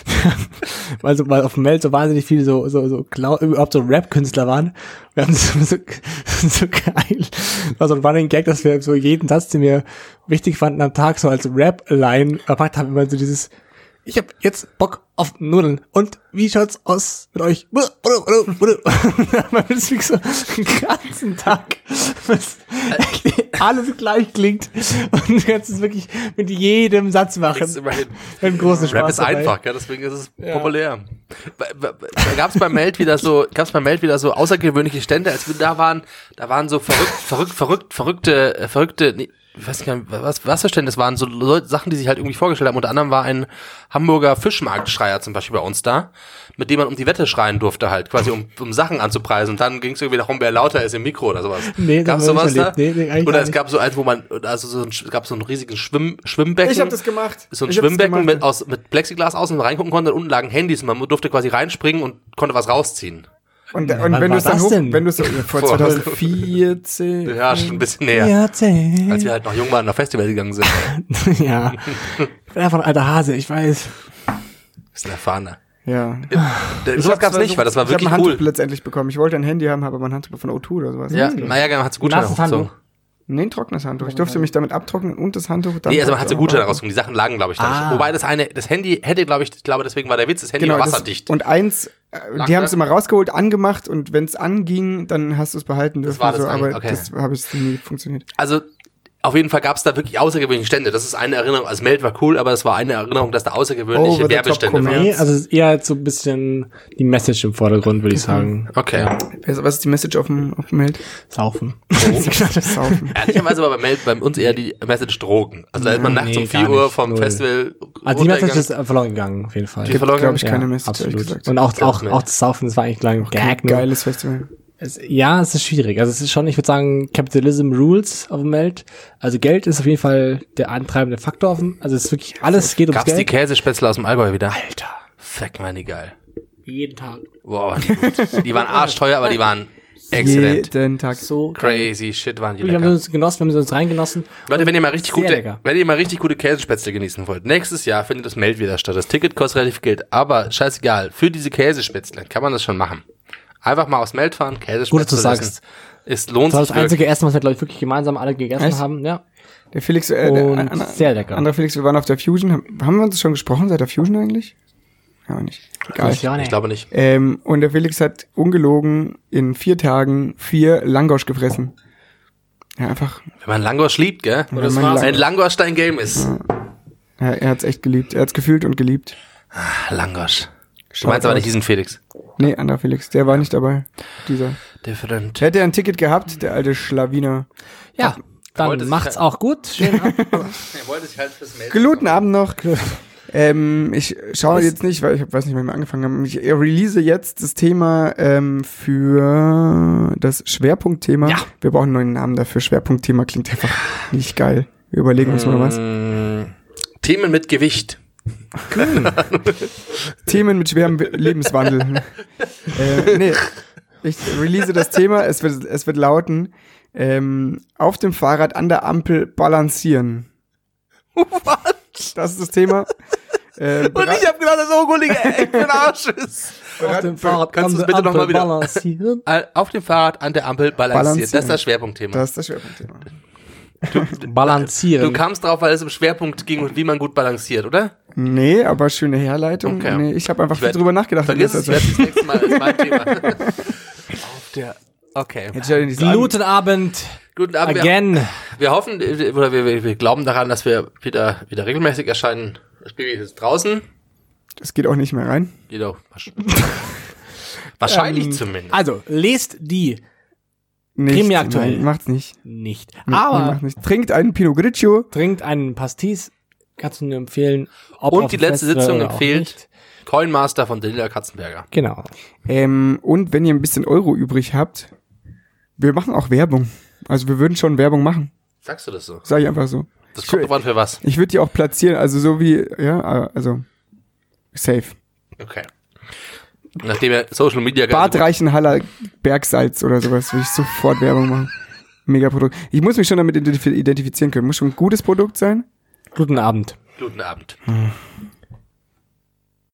also, weil auf dem Meld so wahnsinnig viele so, so, so, Clown, überhaupt so Rap-Künstler waren. Wir haben so, so, so geil. War so ein Running Gag, dass wir so jeden Satz, den wir wichtig fanden am Tag, so als Rap-Line erpackt haben, immer so dieses, ich hab jetzt Bock auf Nudeln. Und wie schaut's aus mit euch? Man ist wie so den ganzen Tag, was alles gleich klingt. Und du kannst es wirklich mit jedem Satz machen. Ein großer Spaß Rap ist dabei. einfach, ja, deswegen ist es ja. populär. Da gab's beim Meld wieder so, gab's beim Meld wieder so außergewöhnliche Stände, als wir da waren, da waren so verrückt, verrückt, verrückt, verrückte, äh, verrückte, nee, ich weiß nicht, was, was für Stände es waren, so Leute, Sachen, die sich halt irgendwie vorgestellt haben. Unter anderem war ein Hamburger Fischmarktschreier zum Beispiel bei uns da, mit dem man um die Wette schreien durfte halt, quasi um, um Sachen anzupreisen. Und dann ging es irgendwie darum, wer lauter ist im Mikro oder sowas. Nee, gab's sowas da? Nee, nee, oder es gab so eins, wo man, also so ein, es gab so einen riesigen Schwimm, Schwimmbecken. Ich hab das gemacht. So ein ich Schwimmbecken mit, aus, mit Plexiglas außen reingucken konnte, und unten lagen Handys und man durfte quasi reinspringen und konnte was rausziehen. Und, und wenn du es dann hoch, denn? wenn du es so, vor zwanzig vierzehn Ja, schon ein bisschen näher. vierzehn Als wir halt noch jung waren, nach Festival gegangen sind. Ja. Ich bin einfach ein alter Hase, ich weiß. Bist ein Erfahrener. Ja. Das sowas gab's nicht, weil das war ich wirklich hab ein cool. Handtuch letztendlich bekommen. Ich wollte ein Handy haben, habe aber ein Handtuch von O zwei oder sowas. Ja, naja, man hat so Gutscheine rausgezogen. Nee, ein trockenes Handtuch. Ich durfte mich damit abtrocknen und das Handtuch dann. Nee, also man hat so Gutscheine rausgezogen. Die Sachen lagen, glaube ich, da Ah. nicht. Wobei das eine, das Handy hätte, glaube ich, ich glaube, deswegen war der Witz, das Handy Genau, war das, wasserdicht. und eins, äh, die haben es immer rausgeholt, angemacht und wenn es anging, dann hast du es behalten dürfen. Das war das so, an- aber okay. das habe ich nie funktioniert. Also, auf jeden Fall gab's da wirklich außergewöhnliche Stände. Das ist eine Erinnerung. Also Meld war cool, aber es war eine Erinnerung, dass da außergewöhnliche Over the top Werbestände Commerz. waren. Nee, also es ist eher so ein bisschen die Message im Vordergrund, würde ich sagen. Okay. Was was ist die Message auf dem, auf dem Meld? Saufen. Das Saufen. Ehrlicherweise war bei Meld bei uns eher die Message Drogen. Also da ist man nachts nee, um vier gar Uhr nicht. vom Null. Festival Also die Message runtergegangen. ist verloren gegangen, auf jeden Fall. Die verloren Glaube ich gegangen? keine Message, ehrlich absolut. gesagt. Und auch, auch, nicht. auch das Saufen, das war eigentlich lang Gag. nur. Geiles Festival. Es, ja, es ist schwierig. Also es ist schon, ich würde sagen, Capitalism rules auf dem Meld. Also Geld ist auf jeden Fall der antreibende Faktor auf dem, also es ist wirklich, alles geht ums Gab's die Geld. Käsespätzle aus dem Allgäu wieder? Alter. Fuck, meine geil. Jeden Tag. Boah, die, gut. Die waren arschteuer, aber die waren exzellent. Jeden Tag. So Crazy shit waren die Wir haben lecker. uns genossen, wir haben sie uns reingenossen. Leute, wenn ihr mal richtig Sehr gute, lecker. wenn ihr mal richtig gute Käsespätzle genießen wollt, nächstes Jahr findet das Meld wieder statt. Das Ticket kostet relativ viel Geld, aber scheißegal, für diese Käsespätzle kann man das schon machen. Einfach mal aufs Meld fahren, Käsespätzle Gut, dass du essen. sagst. Es lohnt Das war sich das wirklich. einzige Essen, was wir, glaube ich, wirklich gemeinsam alle gegessen Echt? haben. Ja. Der Felix, äh, der, Und an, sehr lecker. Anderer Felix, wir waren auf der Fusion. Haben, haben wir uns schon gesprochen seit der Fusion eigentlich? Ja, nicht. Egal. Ja, nee. Ich glaube nicht. Ähm, und der Felix hat ungelogen in vier Tagen vier Langosch gefressen. Ja, einfach. Wenn man Langosch liebt, gell? Wenn man Lang- Wenn Langosch dein Game ist. Ja, er hat's echt geliebt. Er hat's gefühlt und geliebt. Ah, Langosch. Du Schaut meinst aber aus. nicht diesen Felix. Nee, anderer Felix. Der war nicht dabei. Dieser. Different. Hätte er ein Ticket gehabt, der alte Schlawiner. Ja, dann wollte sich macht's halt- auch gut. Schön ab. Er wollte sich halt fürs Meld. Guten Abend noch. Ähm, ich schaue jetzt nicht, weil ich weiß nicht, wann wir angefangen haben. Ich release jetzt das Thema ähm, für das Schwerpunktthema. Ja. Wir brauchen einen neuen Namen dafür. Schwerpunktthema klingt einfach nicht geil. Wir überlegen uns mal was. Mm, Themen mit Gewicht. Themen mit schwerem Lebenswandel. äh, nee, ich release das Thema, es wird, es wird lauten, ähm, auf dem Fahrrad an der Ampel balancieren. Was? Das ist das Thema. Äh, Und ich hab gedacht, das ist Ungullige Eck für ein Arsch ist. Auf dem Fahrrad Kannst an du's der bitte noch mal Ampel wieder- balancieren. Äh, Auf dem Fahrrad an der Ampel balanciert. Balancieren. Das ist das Schwerpunktthema. Das ist das Schwerpunktthema. Balancieren. Du kamst drauf, weil es im Schwerpunkt ging und wie man gut balanciert, oder? Nee, aber schöne Herleitung. Okay. Nee, ich habe einfach Ich viel werd- drüber nachgedacht. Vergiss in es, letzter ich werde das nächste Mal als mein Thema. Auf der, okay. Jetzt stell dir nicht so an. Guten Abend. Guten Abend. Wir, Again. wir hoffen, äh, oder wir, wir, wir glauben daran, dass wir wieder, wieder regelmäßig erscheinen. Das Baby ist draußen. Das geht auch nicht mehr rein. Jedoch. Wahrscheinlich Ähm, zumindest. Also, lest die Nicht, Krimi aktuell. Nein, macht's nicht. nicht. Nee, Aber macht's nicht. Trinkt einen Pinot Grigio. trinkt einen Pastis. Kannst du nur empfehlen. Ob Und auf die dem letzte Festival Sitzung oder auch empfiehlt nicht. Coinmaster von Daniela Katzenberger. Genau. Ähm, und wenn ihr ein bisschen Euro übrig habt, wir machen auch Werbung. Also wir würden schon Werbung machen. Sagst du das so? Sag ich einfach so. Das kommt drauf an für was. Ich würde die auch platzieren, also so wie, ja, also safe. Okay. Nachdem er Social Media Bad Reichenhaller Bergsalz oder sowas, würde ich sofort Werbung machen. Mega Produkt. Ich muss mich schon damit identif- identifizieren können. Muss schon ein gutes Produkt sein. Guten Abend. Guten Abend.